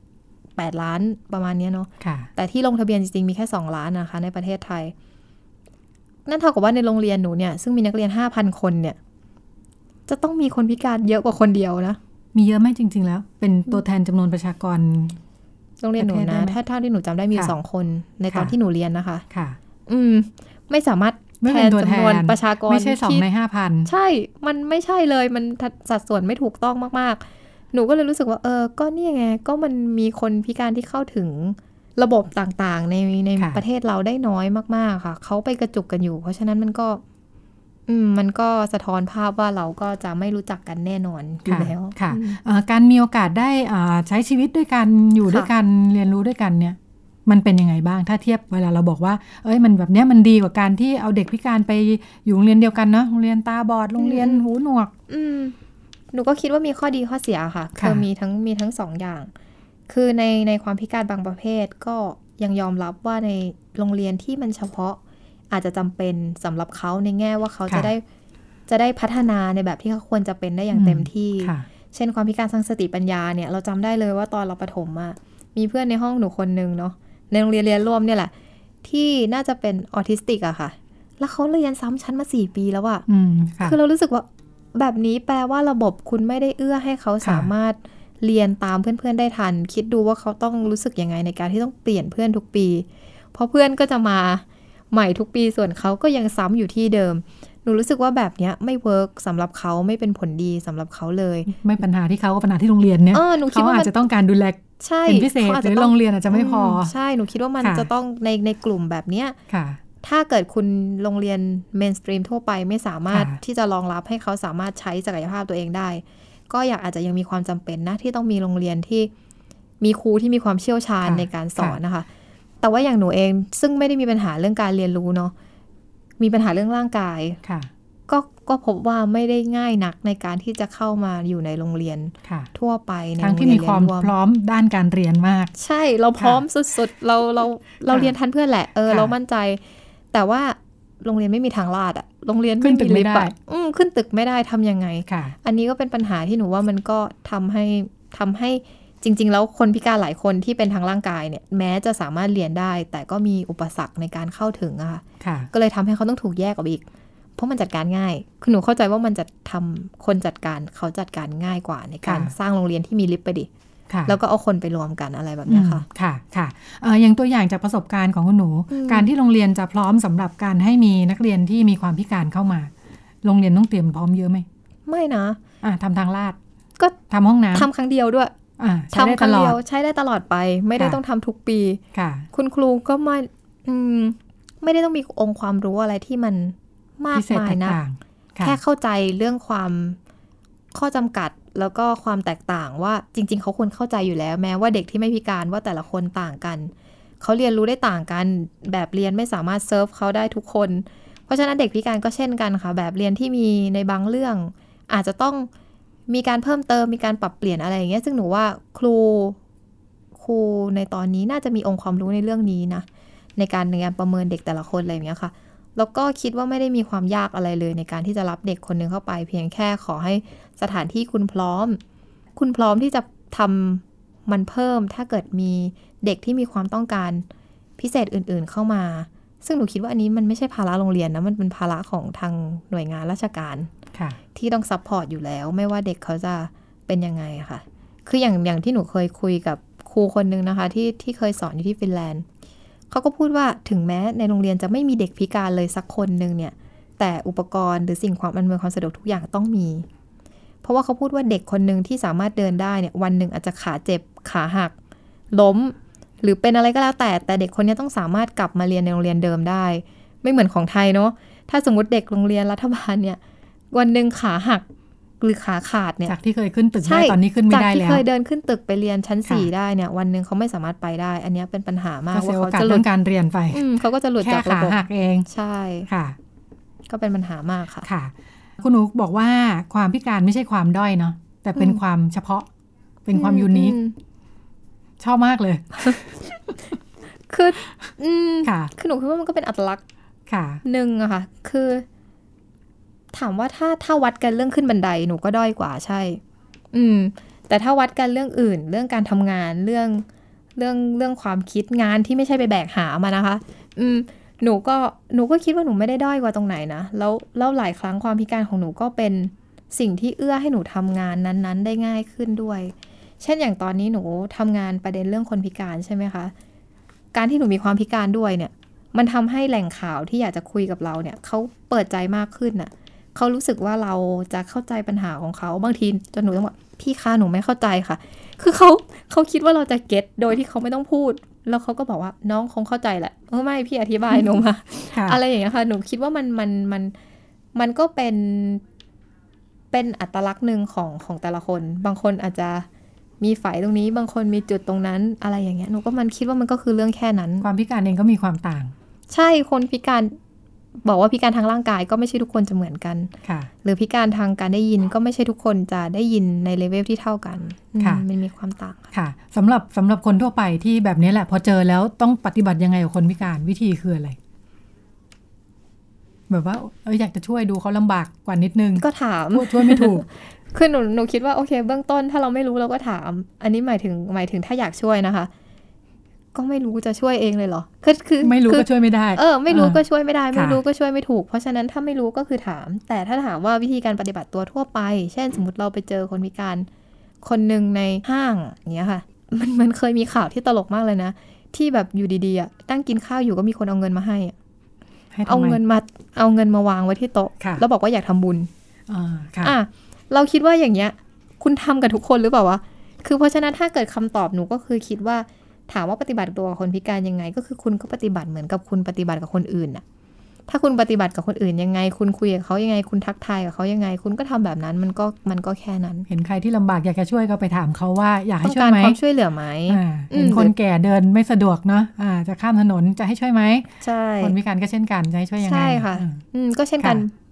8ล้านประมาณนี้เนาะแต่ที่ลงทะเบียนจริงๆมีแค่2ล้านนะคะในประเทศไทยนั่นเท่ากับว่าในโรงเรียนหนูเนี่ยซึ่งมีนักเรียน 5,000 คนเนี่ยจะต้องมีคนพิการเยอะกว่าคนเดียวนะมีเยอะไหมจริงๆแล้วเป็นตัวแทนจำนวนประชากรโรงเรียนหนูนะถ้าที่หนูจำได้มี2คนในตอนที่หนูเรียนนะคะค่ะไม่สามารถแทนจำนวนประชากรไม่ใช่2ใน 5,000 ใช่มันไม่ใช่เลยมันสัดส่วนไม่ถูกต้องมากๆหนูก็เลยรู้สึกว่าก็นี่ไงก็มันมีคนพิการที่เข้าถึงระบบต่างๆในประเทศเราได้น้อยมากๆค่ะเขาไปกระจุกกันอยู่เพราะฉะนั้นมันก็สะท้อนภาพว่าเราก็จะไม่รู้จักกันแน่นอนอยู่แล้วค่ะการมีโอกาสได้ใช้ชีวิตด้วยกันอยู่ด้วยกันเรียนรู้ด้วยกันเนี่ยมันเป็นยังไงบ้างถ้าเทียบเวลาเราบอกว่ามันแบบนี้มันดีกว่าการที่เอาเด็กพิการไปอยู่โรงเรียนเดียวกันเนาะโรงเรียนตาบอดโรงเรียนหูหนวกหนูก็คิดว่ามีข้อดีข้อเสียค่ะคือมีทั้งสองอย่างคือในความพิการบางประเภทก็ยังยอมรับว่าในโรงเรียนที่มันเฉพาะอาจจะจำเป็นสำหรับเขาในแง่ว่าเขาจะได้พัฒนาในแบบที่เขาควรจะเป็นได้อย่างเต็มที่เช่นความพิการทางสติปัญญาเนี่ยเราจำได้เลยว่าตอนเราประถมมีเพื่อนในห้องหนูคนนึงเนาะในโรงเรียนร่วมเนี่ยแหละที่น่าจะเป็นออทิสติกอะค่ะแล้วเขาเรียนซ้ำชั้นมา4 ปีแล้วอะคือเรารู้สึกว่าแบบนี้แปลว่าระบบคุณไม่ได้เอื้อให้เขาสามารถเรียนตามเพื่อนๆได้ทันคิดดูว่าเขาต้องรู้สึกยังไงในการที่ต้องเปลี่ยนเพื่อนทุกปีเพราะเพื่อนก็จะมาใหม่ทุกปีส่วนเขาก็ยังซ้ำอยู่ที่เดิมหนูรู้สึกว่าแบบนี้ไม่เวิร์กสำหรับเขาไม่เป็นผลดีสำหรับเขาเลยไม่ปัญหาที่เขาก็ปัญหาที่โรงเรียนเนี่ยเขาอาจจะต้องการดูแลเป็นพิเศษหรือโรงเรียนอาจจะไม่พอใช่หนูคิดว่ามันจะต้องในกลุ่มแบบนี้ถ้าเกิดคุณโรงเรียนเมนสตรีมทั่วไปไม่สามารถที่จะรองรับให้เขาสามารถใช้ศักยภาพตัวเองได้ก็อาจจะยังมีความจำเป็นนะที่ต้องมีโรงเรียนที่มีครูที่มีความเชี่ยวชาญในการสอนนะคะแต่ว่าอย่างหนูเองซึ่งไม่ได้มีปัญหาเรื่องการเรียนรู้เนาะมีปัญหาเรื่องร่างกายก็พบว่าไม่ได้ง่ายนักในการที่จะเข้ามาอยู่ในโรงเรียนทั่วไปในทั้งที่มีความพร้อมด้านการเรียนมากใช่เราพร้อมสุดๆเราเรียนทันเพื่อนแหละเรามั่นใจแต่ว่าโรงเรียนไม่มีทางลาดอะโรงเรียนขึ้นตึกไม่ได้ขึ้นตึกไม่ได้ทำยังไงอันนี้ก็เป็นปัญหาที่หนูว่ามันก็ทำให้จริงๆแล้วคนพิการหลายคนที่เป็นทางร่างกายเนี่ยแม้จะสามารถเรียนได้แต่ก็มีอุปสรรคในการเข้าถึงอะค่ะก็เลยทำให้เขาต้องถูกแยกออกอีกเพราะมันจัดการง่ายคือหนูเข้าใจว่ามันจะทำคนจัดการเขาจัดการง่ายกว่าในการสร้างโรงเรียนที่มีลิฟต์ไปดิแล้วก็เอาคนไปรวมกันอะไรแบบนี้ค่ะค่ะอย่างตัวอย่างจากประสบการณ์ของคุณหนูการที่โรงเรียนจะพร้อมสำหรับการให้มีนักเรียนที่มีความพิการเข้ามาโรงเรียนต้องเตรียมพร้อมเยอะไหมไม่นะทำทางลาดก็ทำห้องน้ำทำครั้งเดียวด้วยทำครั้งเดียวใช้ได้ตลอดไปไม่ได้ต้องทำทุกปีคุณครูก็ไม่ได้ต้องมีองค์ความรู้อะไรที่มันมากมายนะแค่เข้าใจเรื่องความข้อจำกัดแล้วก็ความแตกต่างว่าจริงๆเขาควรเข้าใจอยู่แล้วแม้ว่าเด็กที่ไม่พิการว่าแต่ละคนต่างกันเขาเรียนรู้ได้ต่างกันแบบเรียนไม่สามารถเซิร์ฟเขาได้ทุกคนเพราะฉะนั้นเด็กพิการก็เช่นกันค่ะแบบเรียนที่มีในบางเรื่องอาจจะต้องมีการเพิ่มเติมมีการปรับเปลี่ยนอะไรอย่างเงี้ยซึ่งหนูว่าครูในตอนนี้น่าจะมีองค์ความรู้ในเรื่องนี้นะในการประเมินเด็กแต่ละคนอะไรอย่างเงี้ยค่ะแล้วก็คิดว่าไม่ได้มีความยากอะไรเลยในการที่จะรับเด็กคนนึงเข้าไปเพียงแค่ขอให้สถานที่คุณพร้อมที่จะทำมันเพิ่มถ้าเกิดมีเด็กที่มีความต้องการพิเศษอื่นๆเข้ามาซึ่งหนูคิดว่าอันนี้มันไม่ใช่ภาระโรงเรียนนะมันเป็นภาระของทางหน่วยงานราชการที่ต้องซัพพอร์ตอยู่แล้วไม่ว่าเด็กเขาจะเป็นยังไงค่ะคืออย่างที่หนูเคยคุยกับครูคนนึงนะคะที่เคยสอนอยู่ที่ฟินแลนด์เขาก็พูดว่าถึงแม้ในโรงเรียนจะไม่มีเด็กพิการเลยสักคนนึงเนี่ยแต่อุปกรณ์หรือสิ่งความอำนวยความสะดวกทุกอย่างต้องมีเพราะว่าเขาพูดว่าเด็กคนนึงที่สามารถเดินได้เนี่ยวันหนึ่งอาจจะขาเจ็บขาหักล้มหรือเป็นอะไรก็แล้วแต่เด็กคนนี้ต้องสามารถกลับมาเรียนในโรงเรียนเดิมได้ไม่เหมือนของไทยเนาะถ้าสมมติเด็กโรงเรียนรัฐบาลเนี่ยวันหนึ่งขาหักหรือขาขาดเนี่ยจากที่เคยขึ้นตึกได้ตอนนี้ขึ้นไม่ได้แล้วจากที่เคยเดินขึ้นตึกไปเรียนชั้น4ได้เนี่ยวันนึงเขาไม่สามารถไปได้อันนี้เป็นปัญหามากว่าเขาจะหลุดการเรียนไปเขาก็จะหลุดจากระบบแค่ขาหักเองใช่ค่ะก็เป็นปัญหามากค่ะค่ะคุณหนูบอกว่าความพิการไม่ใช่ความด้อยเนาะแต่เป็นความเฉพาะเป็นความยูนิคชอบมากเลยคือหนูคิดว่ามันก็เป็นอัตลักษณ์หนึ่งอะค่ะคือถามว่าถ้าวัดกันเรื่องขึ้นบันไดหนูก็ด้อยกว่าใช่แต่ถ้าวัดกันเรื่องอื่นเรื่องการทำงานเรื่องความคิดงานที่ไม่ใช่ไปแบกหามานะคะหนูก็คิดว่าหนูไม่ได้ด้อยกว่าตรงไหนนะแล้วหลายครั้งความพิการของหนูก็เป็นสิ่งที่เอื้อให้หนูทำงานนั้นๆได้ง่ายขึ้นด้วยเช่นอย่างตอนนี้หนูทำงานประเด็นเรื่องคนพิการใช่ไหมคะการที่หนูมีความพิการด้วยเนี่ยมันทำให้แหล่งข่าวที่อยากจะคุยกับเราเนี่ยเขาเปิดใจมากขึ้นน่ะเขารู้สึกว่าเราจะเข้าใจปัญหาของเขาบางทีจนหนูต้องบอกพี่คะหนูไม่เข้าใจค่ะคือเขาคิดว่าเราจะเก็ตโดยที่เขาไม่ต้องพูดแล้วเขาก็บอกว่าน้องคงเข้าใจแหละไม่พี่อธิบายหนูมา อะไรอย่างเงี้ยค่ะหนูคิดว่ามันก็เป็นอัตลักษณ์หนึ่งของแต่ละคนบางคนอาจจะมีไฝตรงนี้บางคนมีจุดตรงนั้นอะไรอย่างเงี้ยหนูก็คิดว่ามันก็คือเรื่องแค่นั้นความพิการเองก็มีความต่างใช่คนพิการบอกว่าพิการทางร่างกายก็ไม่ใช่ทุกคนจะเหมือนกันหรือพิการทางการได้ยินก็ไม่ใช่ทุกคนจะได้ยินในเลเวลที่เท่ากันมันมีความต่างค่ะสำหรับคนทั่วไปที่แบบนี้แหละพอเจอแล้วต้องปฏิบัติยังไงกับคนพิการวิธีคืออะไรแบบว่าอยากจะช่วยดูเขาลำบากกว่านิดนึงก็ถามช่วยไม่ถูกคือหนูคิดว่าโอเคเบื้องต้นถ้าเราไม่รู้เราก็ถามอันนี้หมายถึงถ้าอยากช่วยนะคะก็ไม่รู้จะช่วยเองเลยเหรอคือไม่รู้ก็ช่วยไม่ได้ไม่รู้ก็ช่วยไม่ได้ไม่รู้ก็ช่วยไม่ถูกเพราะฉะนั้นถ้าไม่รู้ก็คือถามแต่ถ้าถามว่าวิธีการปฏิบัติตัวทั่วไปเช่นสมมติเราไปเจอคนพิการคนนึงในห้างอย่างเงี้ยค่ะมันเคยมีข่าวที่ตลกมากเลยนะที่แบบอยู่ดีๆตั้งกินข้าวอยู่ก็มีคนเอาเงินมาให้เอาเงินมาวางไว้ที่โต๊ะแล้วบอกว่าอยากทำบุญเราคิดว่าอย่างเงี้ยคุณทำกับทุกคนหรือเปล่าวะคือเพราะฉะนั้นถ้าเกิดคำตอบหนูก็คือคิดว่าถามว่าปฏิบัติตัวกับคนพิการยังไงก็คือคุณก็ปฏิบัติเหมือนกับคุณปฏิบัติกับคนอื่นน่ะถ้าคุณปฏิบัติกับคนอื่นยังไงคุณคุยกับเขายังไงคุณทักทายกับเขายังไงคุณก็ทำแบบนั้นมันก็แค่นั้นเห็นใครที่ลำบากอยากจะช่วยก็ไปถามเขาว่าอยากให้ช่วยไหมต้องการความช่วยเหลือไหมเห็นคนแก่เดินไม่สะดวกเนาะจะข้ามถนนจะให้ช่วยไหมใช่คนพิการก็เช่นกันจะให้ช่วยยังไงใช่ค่ะก็เช่นกัน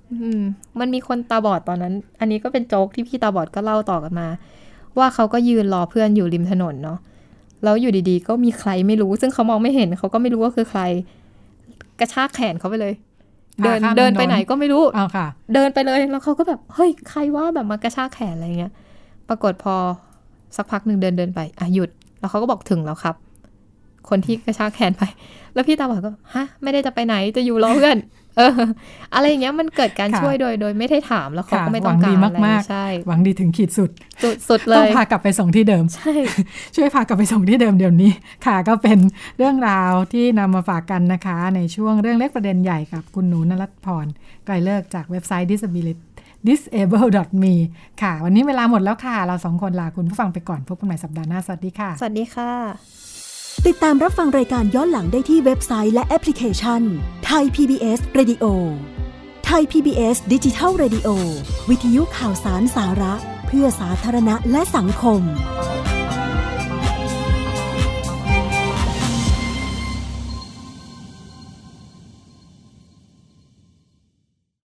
มันมีคนตาบอดตอนนั้นอันนี้ก็เป็นโจ๊กที่พี่ตาบอดก็เล่าต่อกันมาว่าเขาก็ยืนรอเพื่อนอยู่ริมถนนเนาะแล้วอยู่ดีๆก็มีใครไม่รู้ซึ่งเขามองไม่เห็นเขาก็ไม่รู้ว่าคือใครกระชากแขนเขาไปเลยเดินไปไหนก็ไม่รู้เดินไปเลยแล้วเขาก็แบบเฮ้ยใครว่าแบบมากระชากแขนอะไรเงี้ยปรากฏพอสักพักหนึ่งเดินไปหยุดแล้วเขาก็บอกถึงแล้วครับคนที่กระชากแขนไปแล้วพี่ตาบอดก็ฮะไม่ได้จะไปไหนจะอยู่รอเพื่อนอะไรอย่างเงี้ยมันเกิดการช่วยโดยไม่ได้ถามแล้วเขาก็ไม่ต้องการอะไรใช่หวังดีถึงขีดสุดเลยต้องพากลับไปส่งที่เดิมใช่ช่วยพากลับไปส่งที่เดิมเดี๋ยวนี้ค่ะก็เป็นเรื่องราวที่นำมาฝากกันนะคะในช่วงเรื่องเล็กประเด็นใหญ่กับคุณหนูนรัตน์พรไกรเลิกจากเว็บไซต์ disable.me ค่ะวันนี้เวลาหมดแล้วค่ะเรา2คนลาคุณผู้ฟังไปก่อนพบกันใหม่สัปดาห์หน้าสวัสดีค่ะสวัสดีค่ะติดตามรับฟังรายการย้อนหลังได้ที่เว็บไซต์และแอปพลิเคชัน Thai PBS Radio Thai PBS Digital Radio วิทยุข่าวสารสาระเพื่อสาธารณะและสังคม